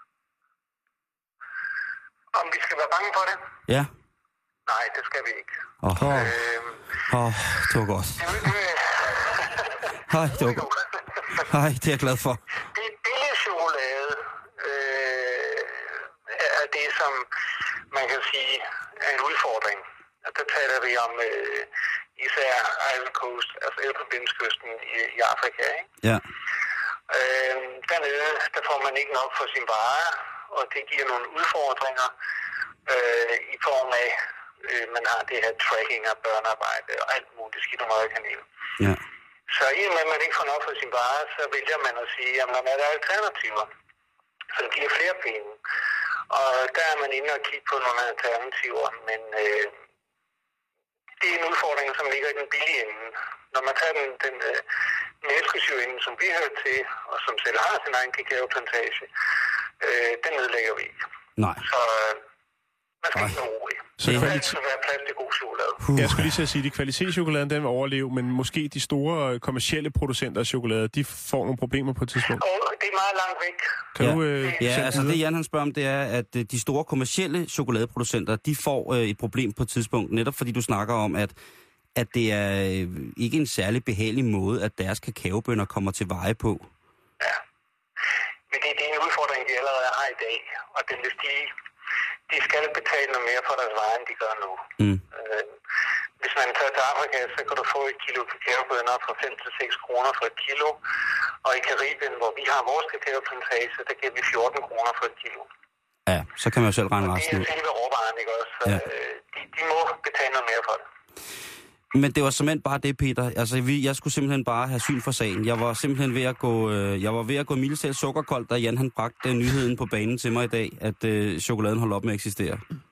Om vi skal være bange for det? Ja. Nej, det skal vi ikke. Det var godt. Hej, det var godt. Hej, det er jeg glad for. Det billige chokolade er det, som man kan sige er en udfordring. Og der taler vi om især Ivory Coast, altså Elfenbenskysten i Afrika, ikke? Ja. Dernede, der får man ikke nok for sin vare, og det giver nogle udfordringer i form af, man har det her tracking af børnearbejde og alt muligt skidt og meget kanel. Ja. Så i og med, at man ikke får nok for sin vare, så vælger man at sige, jamen er der alternativer, som giver flere penge. Og der er man inde og kigge på nogle alternativer, men det er en udfordring, som ligger i den billige ende. Når man tager den eksklusive ende, som vi hører til, og som selv har sin egen kakaoplantage, den nedlægger vi ikke. Nej. Så man skal ikke være rolig. Så det vil altid være plads til god chokolade. Jeg skulle lige til at sige, at kvalitetschokoladen den vil overleve, men måske de store kommercielle producenter af chokolade, de får nogle problemer på et tidspunkt. Det er meget langt væk. Kan du altså det Jan han spørger om, det er, at de store kommercielle chokoladeproducenter, de får et problem på et tidspunkt, netop fordi du snakker om, at det er ikke en særlig behagelig måde, at deres kakaobønner kommer til veje på. Ja, men det er en udfordring, de allerede har i dag, og den vil stige. De skal betale noget mere for deres varer, end de gør nu. Hvis man tager til Afrika, så kan du få et kilo kakaobønner for 5-6 kroner for et kilo. Og i Karibien, hvor vi har vores kakaoplantage, der giver vi 14 kroner for et kilo. Ja, så kan man jo selv regne resten ud. Det er selve råvaren, ikke også? Så de må betale noget mere for det. Men det var simpelthen bare det, Peter. Altså, jeg skulle simpelthen bare have syn for sagen. Jeg var simpelthen ved at gå mildestalt sukkerkoldt, da Jan han bragte nyheden på banen til mig i dag, at chokoladen holder op med at eksistere.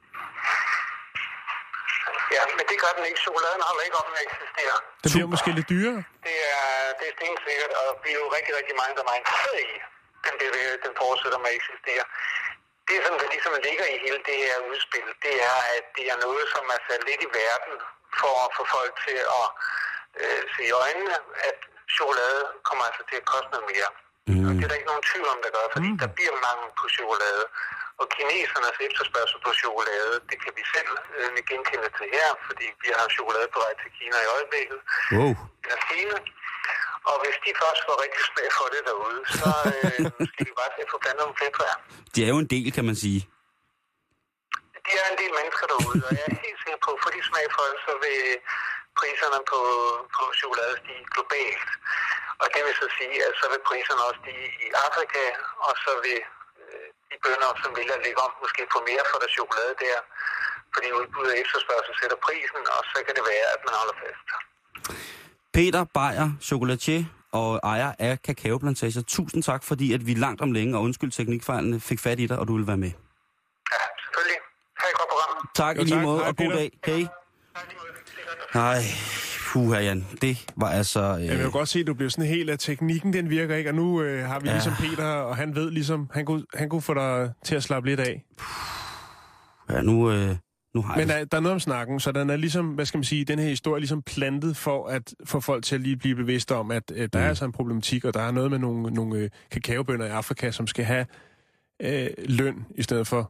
Ja, men det gør den ikke. Chokoladen holder ikke op med at eksistere. Det bliver måske lidt dyrere? Det er stensikkert, og vi er jo rigtig, rigtig mange, der er meget interesseret i. Den fortsætter med at eksistere. Det, som der ligesom ligger i hele det her udspil, det er, at det er noget, som er sat lidt i verden for at få folk til at se i øjnene, at chokolade kommer altså til at koste noget mere. Og det er der ikke nogen tvivl om, der gør, fordi der bliver mangel på chokolade. Og kinesernes efterspørgsel på chokolade, det kan vi selv genkende til her, fordi vi har chokolade på vej til Kina i øjeblikket. Wow. Og hvis de først får rigtig smag for det derude, så skal vi bare til at få blandet nogle fedtvarer. De er jo en del, kan man sige. De er en del mennesker derude, og jeg er helt sikker på, at for de smag for så vil priserne på chokolade stige globalt. Og det vil så sige, at så vil priserne også stige i Afrika, og så vil de bønder, som vælger at lægge om, måske få mere for deres chokolade der, fordi udbud og efterspørgsel sætter prisen, og så kan det være, at man holder fast. Peter Beyer, chocolatier og ejer af Kakaoplantager. Tusind tak, fordi at vi langt om længe, og undskyld teknikfejlene, fik fat i dig, og du vil være med. Ja, selvfølgelig. Ha' et godt program. Tak i lige måde, og god dag. Hej. Nej, puha Jan, det var altså... Jeg vil godt se, at du bliver sådan helt af teknikken, den virker ikke, og nu har vi ligesom Peter, og han ved ligesom, han kunne få dig til at slappe lidt af. Ja, nu har men der er noget om snakken, så den er ligesom, hvad skal man sige, den her historie er ligesom plantet for at få folk til at lige blive bevidste om, at der er altså en problematik, og der er noget med nogle kakaobønder i Afrika, som skal have løn i stedet for,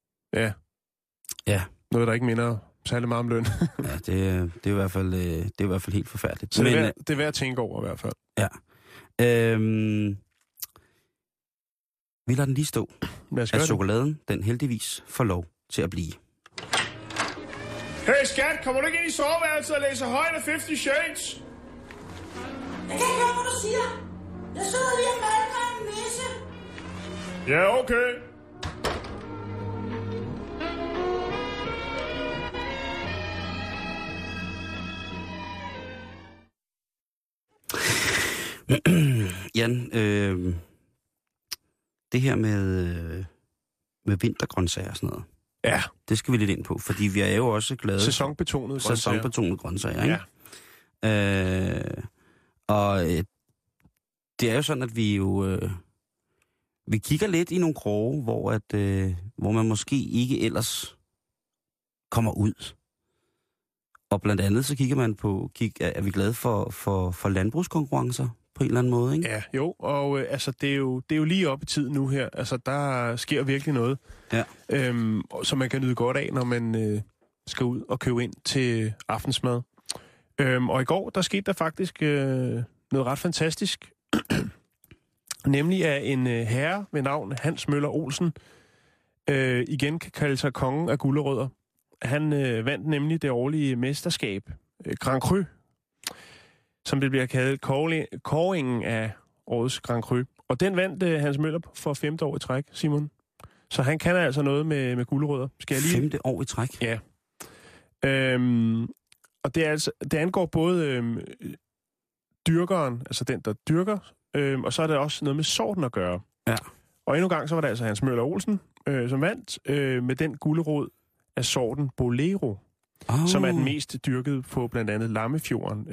noget, der ikke minder særlig meget om løn. Ja, det er i hvert fald helt forfærdeligt. Så det er værd at tænke over i hvert fald. Ja. Vi lader den lige stå, at chokoladen, den heldigvis får lov til at blive. Hey skat, kommer du ikke ind i soveværelset og læser højt af 50 Shades? Jeg kan ikke høre, hvad du siger. Jeg sidder lige og malker en misse. Ja, okay. Jan, det her med vintergrøntsager og sådan noget. Ja. Det skal vi lidt ind på, fordi vi er jo også glade... Sæsonbetonede grøntsager, ikke? Ja. Det er jo sådan, at vi jo... vi kigger lidt i nogle kroge, hvor man måske ikke ellers kommer ud. Og blandt andet så kigger man på... Er vi glade for landbrugskonkurrencer på en eller anden måde, ikke? Ja, jo. Og det er jo lige op i tiden nu her. Altså, der sker virkelig noget. Ja. Som man kan nyde godt af, når man skal ud og købe ind til aftensmad. Og i går, der skete der faktisk noget ret fantastisk. Nemlig at en herre ved navn Hans Møller Olsen igen kan kalde sig kongen af gulerødder. Han vandt nemlig det årlige mesterskab, Grand Cru, som det bliver kaldt kåringen af årets Grand Cru. Og den vandt Hans Møller for 5. år i træk, Simon. Så han kan altså noget med gulerødder. Skal jeg lige... 5. år i træk? Ja. Og det angår både dyrkeren, altså den, der dyrker, og så er det også noget med sorten at gøre. Ja. Og endnu en gang, så var det altså Hans Møller Olsen, som vandt med den gulerod af sorten Bolero, som er den mest dyrket på blandt andet Lammefjorden,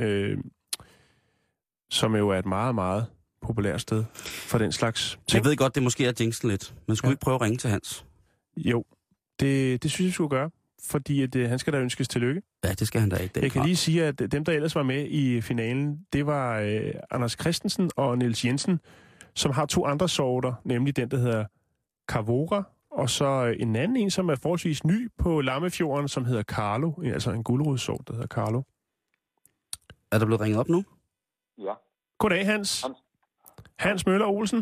som jo er et meget, meget populært sted for den slags ting. Jeg ved godt, det måske er jinxen lidt, men skulle vi ikke prøve at ringe til Hans? Jo, det synes jeg, vi skulle gøre, fordi at, han skal da ønskes tillykke. Ja, det skal han da ikke. Jeg kan lige sige, at dem, der ellers var med i finalen, det var Anders Christensen og Niels Jensen, som har 2 andre sorter, nemlig den, der hedder Carvora, og så en anden en, som er forholdsvis ny på Lammefjorden, som hedder Carlo, altså en gulerodssort, der hedder Carlo. Er der blevet ringet op nu? Ja. Goddag, Hans. Hans Møller Olsen.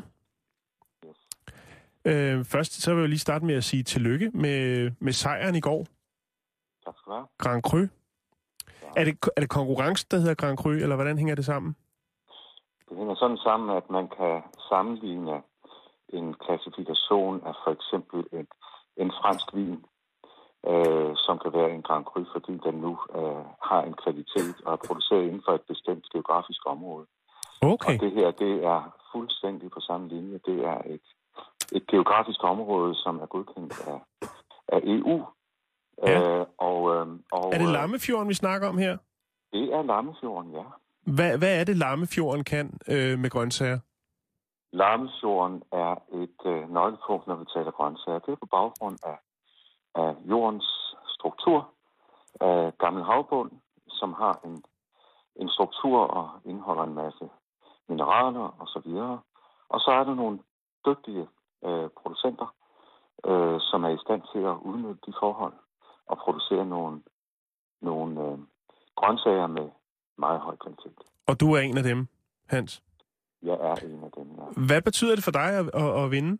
Yes. Først så vil jeg lige starte med at sige tillykke med sejren i går. Tak skal du have. Grand Cru. Ja. Er det konkurrence, der hedder Grand Cru, eller hvordan hænger det sammen? Det hænger sådan sammen, at man kan sammenligne en klassifikation af for eksempel en fransk vin, som kan være en Grand Cru, fordi den nu har en kvalitet og er produceret inden for et bestemt geografisk område. Okay. Og det her, det er fuldstændig på samme linje. Det er et geografisk område, som er godkendt af EU. Ja. Er det Lammefjorden, vi snakker om her? Det er Lammefjorden, ja. Hvad er det, Lammefjorden kan med grøntsager? Lammefjorden er et nøglepunkt, når vi taler grøntsager. Det er på baggrund af jordens struktur, af gammel havbund, som har en struktur og indeholder en masse mineraler og så videre. Og så er der nogle dygtige producenter, som er i stand til at udnytte de forhold og producere nogle grøntsager med meget høj kvalitet. Og du er en af dem, Hans? Jeg er en af dem, ja. Hvad betyder det for dig at vinde?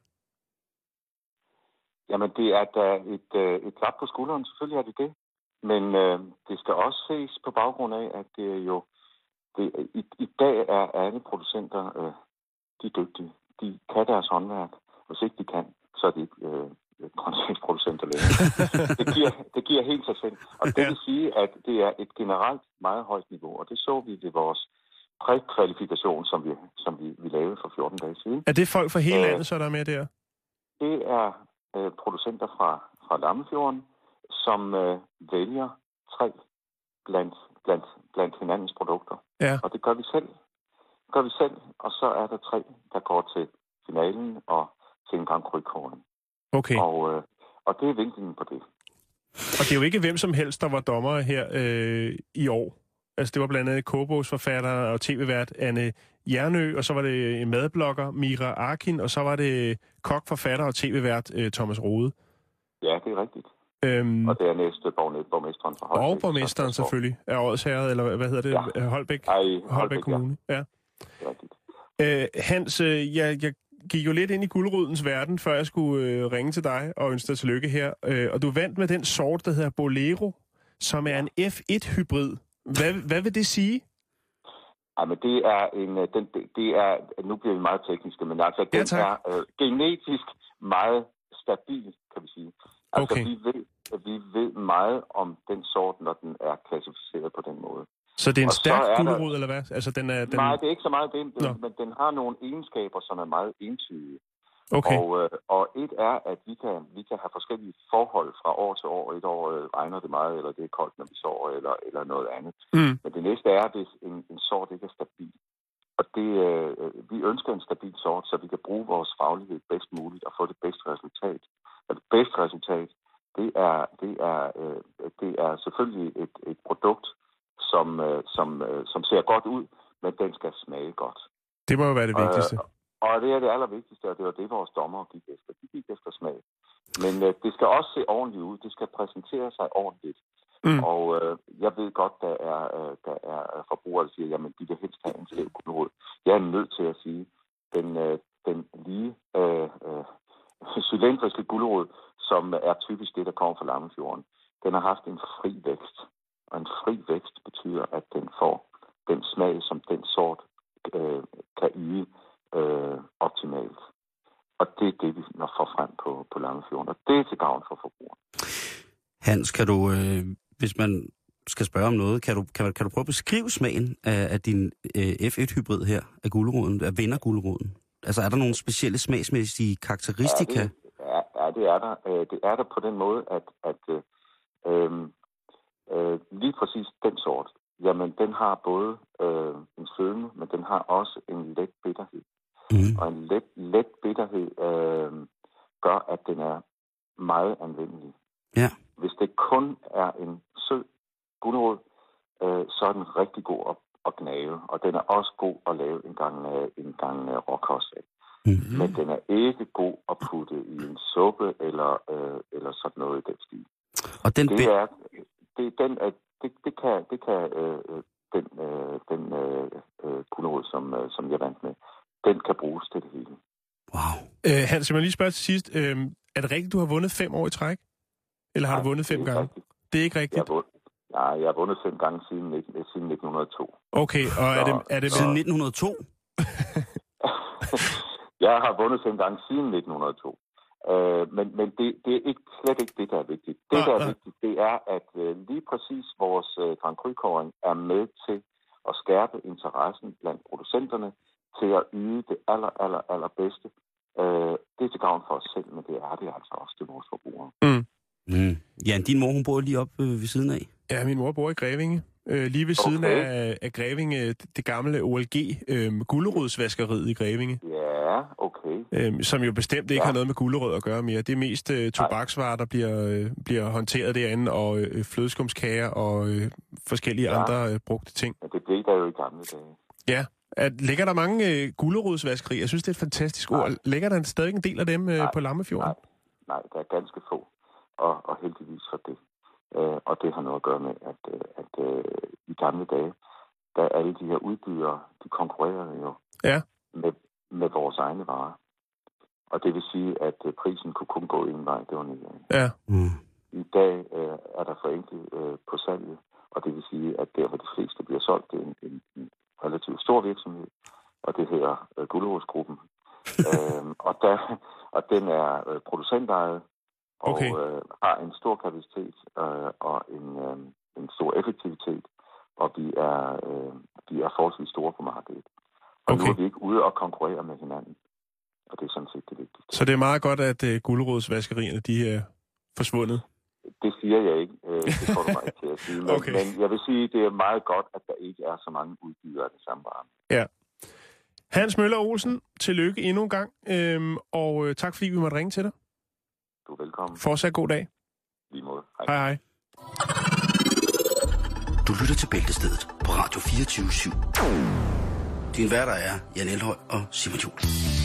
Jamen, det er da et klap på skulderen. Selvfølgelig er det det. Men det skal også ses på baggrund af, at det er jo... I dag er alle producenter de dygtige. De kan deres håndværk. Hvis ikke de kan, så er det ikke grøntsagsproducenter længere. det giver helt sig selv. Og det vil sige, at det er et generelt meget højt niveau, og det så vi ved vores prækvalifikation, som vi lavede for 14 dage siden. Er det folk fra hele landet, så der er med der? Det er producenter fra Lammefjorden, som vælger 3 blandt hinandens produkter. Ja. Og det gør vi selv. Og så er der 3, der går til finalen og til en Grand Cru-kåring. Okay. Og det er vinklingen på det. Og det er jo ikke hvem som helst, der var dommer her i år. Altså det var blandt andet kogebogsforfatter og tv-vært Anne Jernø, og så var det madblogger Mira Arkin, og så var det kok, forfatter og tv-vært Thomas Rode. Ja, det er rigtigt. Og det er næste borgmesteren fra Holbæk. Og borgmesteren selvfølgelig af Odsherred, eller hvad hedder det? Ja. Holbæk Kommune. Ja. Det er rigtigt. Hans, jeg gik jo lidt ind i gulerodens verden, før jeg skulle ringe til dig og ønske dig tillykke her. Og du vandt med den sort, der hedder Bolero, som er en F1-hybrid. Hvad vil det sige? Men det er nu bliver vi meget tekniske, men altså den er genetisk meget stabil, kan vi sige. Altså okay. vi ved meget om den sort, når den er klassificeret på den måde. Så det er en stærk gulerod, eller hvad? Altså, nej, det er ikke så meget det, men den har nogle egenskaber, som er meget entydige. Okay. Og et er, at vi kan have forskellige forhold fra år til år. Et år regner det meget, eller det er koldt, når vi sover, eller noget andet. Men det næste er, hvis en sort ikke er stabil. Og vi ønsker en stabil sort, så vi kan bruge vores faglighed bedst muligt og få det bedste resultat. Og det bedste resultat, det er selvfølgelig et produkt, som ser godt ud, men den skal smage godt. Det må jo være det vigtigste. Og det er det allervigtigste, og det var det, vores dommere gik efter. De gik efter smag. Men det skal også se ordentligt ud. Det skal præsentere sig ordentligt. Og jeg ved godt, der er forbrugere, der siger, jamen, de vil helst have en skæv gulerod. Jeg er nødt til at sige, den lige cylindriske gulerod, som er typisk det, der kommer fra Lammefjorden, den har haft en fri vækst. Og en fri vækst betyder, at den får den smag, som den sort kan yde optimalt. Og det er det, vi når får frem på Lammefjorden. Og det er til gavn for forbrugeren. Hans, kan du, hvis man skal spørge om noget, kan du prøve at beskrive smagen af din F1-hybrid her, af guleroden, af vinderguleroden? Altså, er der nogle specielle smagsmæssige karakteristika? Ja, det er der. Det er der på den måde, at lige præcis den sort, jamen, den har både en sødme, men den har også en let bitterhed. Og en let bitterhed gør, at den er meget anvendelig. Ja. Hvis det kun er en sød gulerod, så er den rigtig god at gnave. Og den er også god at lave en gang råkost af. Men den er ikke god at putte i en suppe eller sådan noget i den stil. Og den gulerod, som jeg vandt med, den kan bruges til det hele. Wow. Hans, jeg må lige spørge til sidst. Er det rigtigt, du har vundet 5 år i træk? Eller har du vundet 5 gange? Rigtigt. Det er ikke rigtigt? Jeg har vundet 5 gange siden 1902. Okay, og er det siden 1902? Jeg har vundet 5 gange siden 1902. Men det er slet ikke det, der er vigtigt. Det, der er vigtigt, det er, at lige præcis vores Grand Cru-kåring er med til at skærpe interessen blandt producenterne til at yde det allerbedste. Det er til gavn for os selv, men det er det altså også til vores forbrugere. Ja, din mor, hun bor lige op ved siden af. Ja, min mor bor i Grevinge. Lige ved siden af Grevinge, det gamle OLG, gulerodsvaskeriet i Grevinge. Ja, okay. Som jo bestemt ikke har noget med gulerod at gøre mere. Det er mest tobaksvarer, der bliver håndteret derinde, og flødeskumskager og forskellige andre brugte ting. Ja, det blev der jo i gamle dage. Ja. Ligger der mange gulerodsvaskerier? Jeg synes, det er et fantastisk ord. Ligger der stadig en del af dem på Lammefjorden? Nej, der er ganske få, og heldigvis for det. Og det har noget at gøre med, at i gamle dage, da alle de her udbydere, de konkurrerede jo med vores egne varer. Og det vil sige, at prisen kunne kun gå en vej, det var nedad. Ja. I dag er der forenklet på salget, og det vil sige, at der, hvor de fleste bliver solgt, det er en relativt stor virksomhed, og det hedder Gulerodsgruppen. Og den er producentejet og har en stor kapacitet og en stor effektivitet. Og vi er forholdsvis store på markedet. Og nu er vi ikke ude og konkurrere med hinanden. Og det er sådan set det vigtigste. Så det er meget godt, at gulerodsvaskerierne, de er forsvundet? Det siger jeg ikke. Det får du mig ikke til at sige. Men jeg vil sige, at det er meget godt, at der ikke er så mange udbydere af det samme vare. Ja. Hans Møller Olsen, tillykke endnu en gang. Og tak fordi vi måtte ringe til dig. Du er velkommen. Fortsat god dag. Lige måde. Hej hej. Du lytter til Bæltestedet på Radio 24/7. Din værter er Jan Elhøj og Simon Juhl.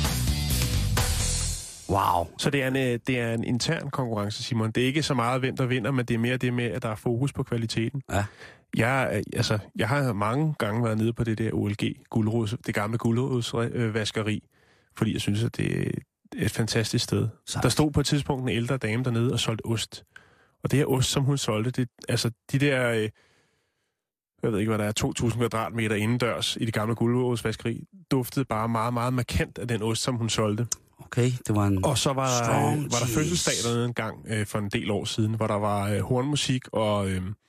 Wow. Så det er en intern konkurrence, Simon. Det er ikke så meget, hvem der vinder, men det er mere det med, at der er fokus på kvaliteten. Ja. Jeg har mange gange været nede på det der OLG, det gamle gulerodsvaskeri, fordi jeg synes, at det er et fantastisk sted. Der stod på et tidspunkt en ældre dame dernede og solgte ost. Og det her ost, som hun solgte, de der, jeg ved ikke, hvad der er, 2.000 kvadratmeter indendørs i det gamle gulerodsvaskeri, duftede bare meget, meget markant af den ost, som hun solgte. Okay, det var en. Og så var der fødselsdag dernede en gang for en del år siden, hvor der var hornmusik og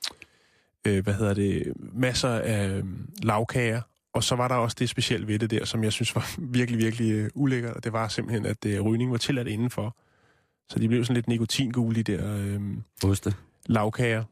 masser af lavkager. Og så var der også det specielle ved det der, som jeg synes var virkelig, virkelig ulækkert. Og det var simpelthen, at rygning var tilladt indenfor. Så de blev sådan lidt nikotingule, de der lavkager.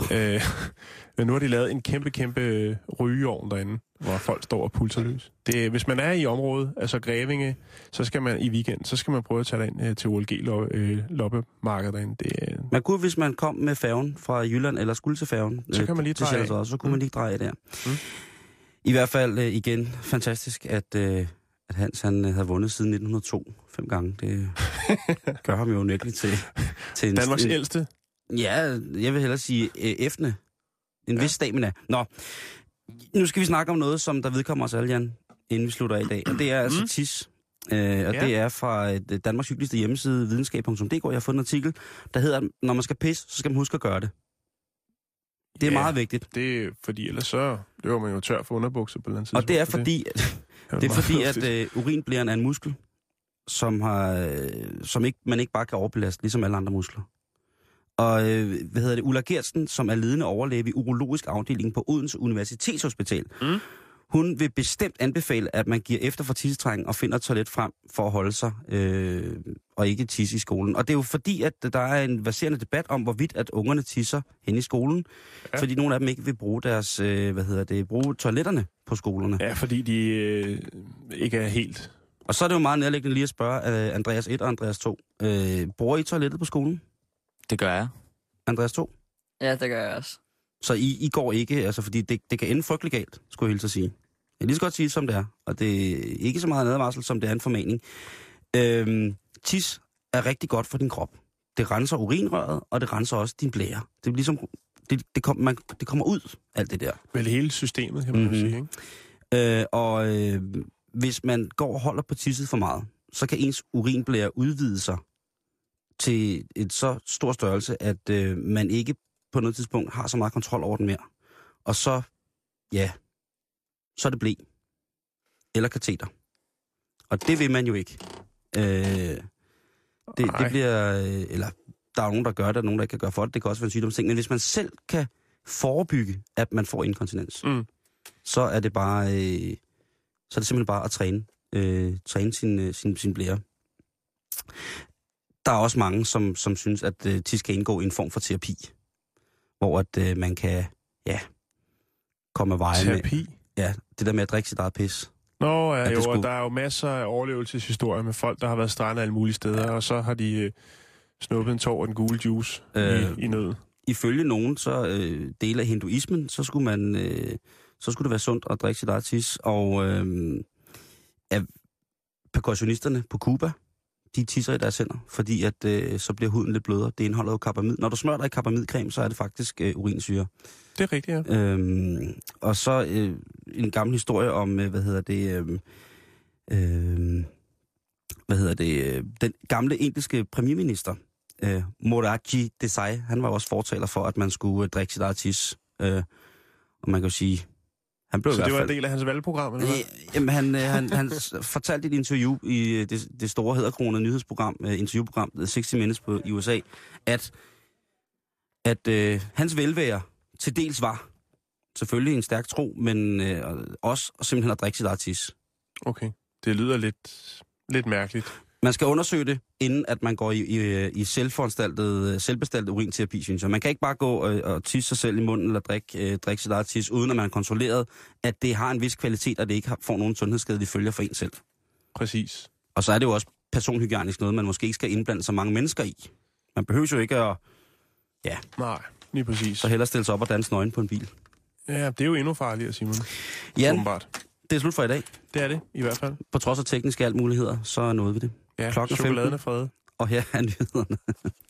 Nu har de lavet en kæmpe rygeovn derinde, hvor folk står og pulser løs. Hvis man er i området, altså Grevinge, så skal man i weekend, så skal man prøve at tage derind til OLG-loppemarkedet derinde. Man kunne, hvis man kom med færgen fra Jylland, eller skulle til færgen, så kan man lige dreje af. Så kunne man lige dreje der. I hvert fald igen fantastisk, at Hans han havde vundet siden 1902 5 gange. Det gør ham jo unægteligt til Danmarks ældste. Ja, jeg vil hellere sige F'ne. En vis stamina. Nå, nu skal vi snakke om noget, som der vedkommer os alle, Jan, inden vi slutter af i dag. Og det er altså TIS. Det er fra Danmarks hyggeligste hjemmeside, videnskab.dk. Jeg har fundet en artikel, der hedder, når man skal pisse, så skal man huske at gøre det. Det er meget vigtigt. Det er fordi, ellers så løber man jo tør for underbukser på den side. Og det er fordi, at urinblæren er en muskel, som man ikke bare kan overbelaste, ligesom alle andre muskler. Og Ulla Gertsen, som er ledende overlæge i urologisk afdeling på Odense Universitetshospital, hun vil bestemt anbefale, at man giver efter for tissetræng og finder et toilet frem for at holde sig og ikke tisse i skolen. Og det er jo fordi, at der er en verserende debat om, hvorvidt at ungerne tisser hen i skolen, fordi nogle af dem ikke vil bruge deres, bruge toiletterne på skolerne. Ja, fordi de ikke er helt. Og så er det jo meget nærliggende lige at spørge Andreas 1 og Andreas 2. Bruger I toilettet på skolen? Det gør jeg. Andreas 2? Ja, det gør jeg også. Så I går ikke, altså fordi det kan ende frygtelig galt, skulle jeg hilse at sige. Jeg kan lige så godt sige det, som det er, og det er ikke så meget en advarsel, som det er en formaning. Tis er rigtig godt for din krop. Det renser urinrøret, og det renser også din blære. Det er ligesom, det kommer ud, alt det der. Vel hele systemet, kan man jo sige, ikke? Hvis man går og holder på tisset for meget, så kan ens urinblære udvide sig til et så stor størrelse, at man ikke på noget tidspunkt har så meget kontrol over den mere. Og så er det ble. Eller kateter. Og det vil man jo ikke. Det bliver, eller der er nogen, der gør det, og nogen, der ikke kan gøre for det. Det kan også være en sygdomsting. Men hvis man selv kan forebygge, at man får inkontinens, så er det bare, så er det simpelthen bare at træne sin blære. Der er også mange, som synes, at tis kan indgå i en form for terapi. Hvor at man kan, komme af veje med. Terapi? Ja, det der med at drikke sit eget pis. Nå, ja, jo, og der er jo masser af overlevelseshistorier med folk, der har været strandet alle mulige steder, og så har de snuppet en tår og den gule juice i nød. Ifølge nogen, så dele af hinduismen, så skulle det være sundt at drikke sit eget tis. Og percussionisterne på Cuba, de tisser i deres hænder, fordi at så bliver huden lidt blødere. Det indeholder jo karbamid. Når du smører dig i karbamidcreme, så er det faktisk urinsyre. Det er rigtigt, ja. Og så en gammel historie om, den gamle indiske premierminister, Morarji Desai, han var også fortaler for, at man skulle drikke sit eget tis. Og man kan jo sige, Han blev så det var en del af hans valgprogram, eller hvad? Jamen, han fortalte i et interview i det store hæderkronede nyhedsprogram, interviewprogram, 60 Minutes i USA, at hans velvære til dels var selvfølgelig en stærk tro, men også simpelthen at drikke sit eget tis. Okay, det lyder lidt mærkeligt. Man skal undersøge det, inden at man går i selvbestaltet urinterapi, synes jeg. Man kan ikke bare gå og tisse sig selv i munden eller drikke sit eget tis, uden at man har kontrolleret, at det har en vis kvalitet, og det ikke får nogen sundhedsskadelige følger for en selv. Præcis. Og så er det jo også personhygienisk noget, man måske ikke skal indblande så mange mennesker i. Man behøver jo ikke at... Ja. Nej, lige præcis. Så hellere stille sig op og danse nøgen på en bil. Ja, det er jo endnu farligere, Simon. Jan, åbenbart. Det er slut for i dag. Det er det, i hvert fald. På trods af tekniske alt muligheder, så nåede vi det. Ja, klokken chokoladen er fredet. Og her er nyhederne.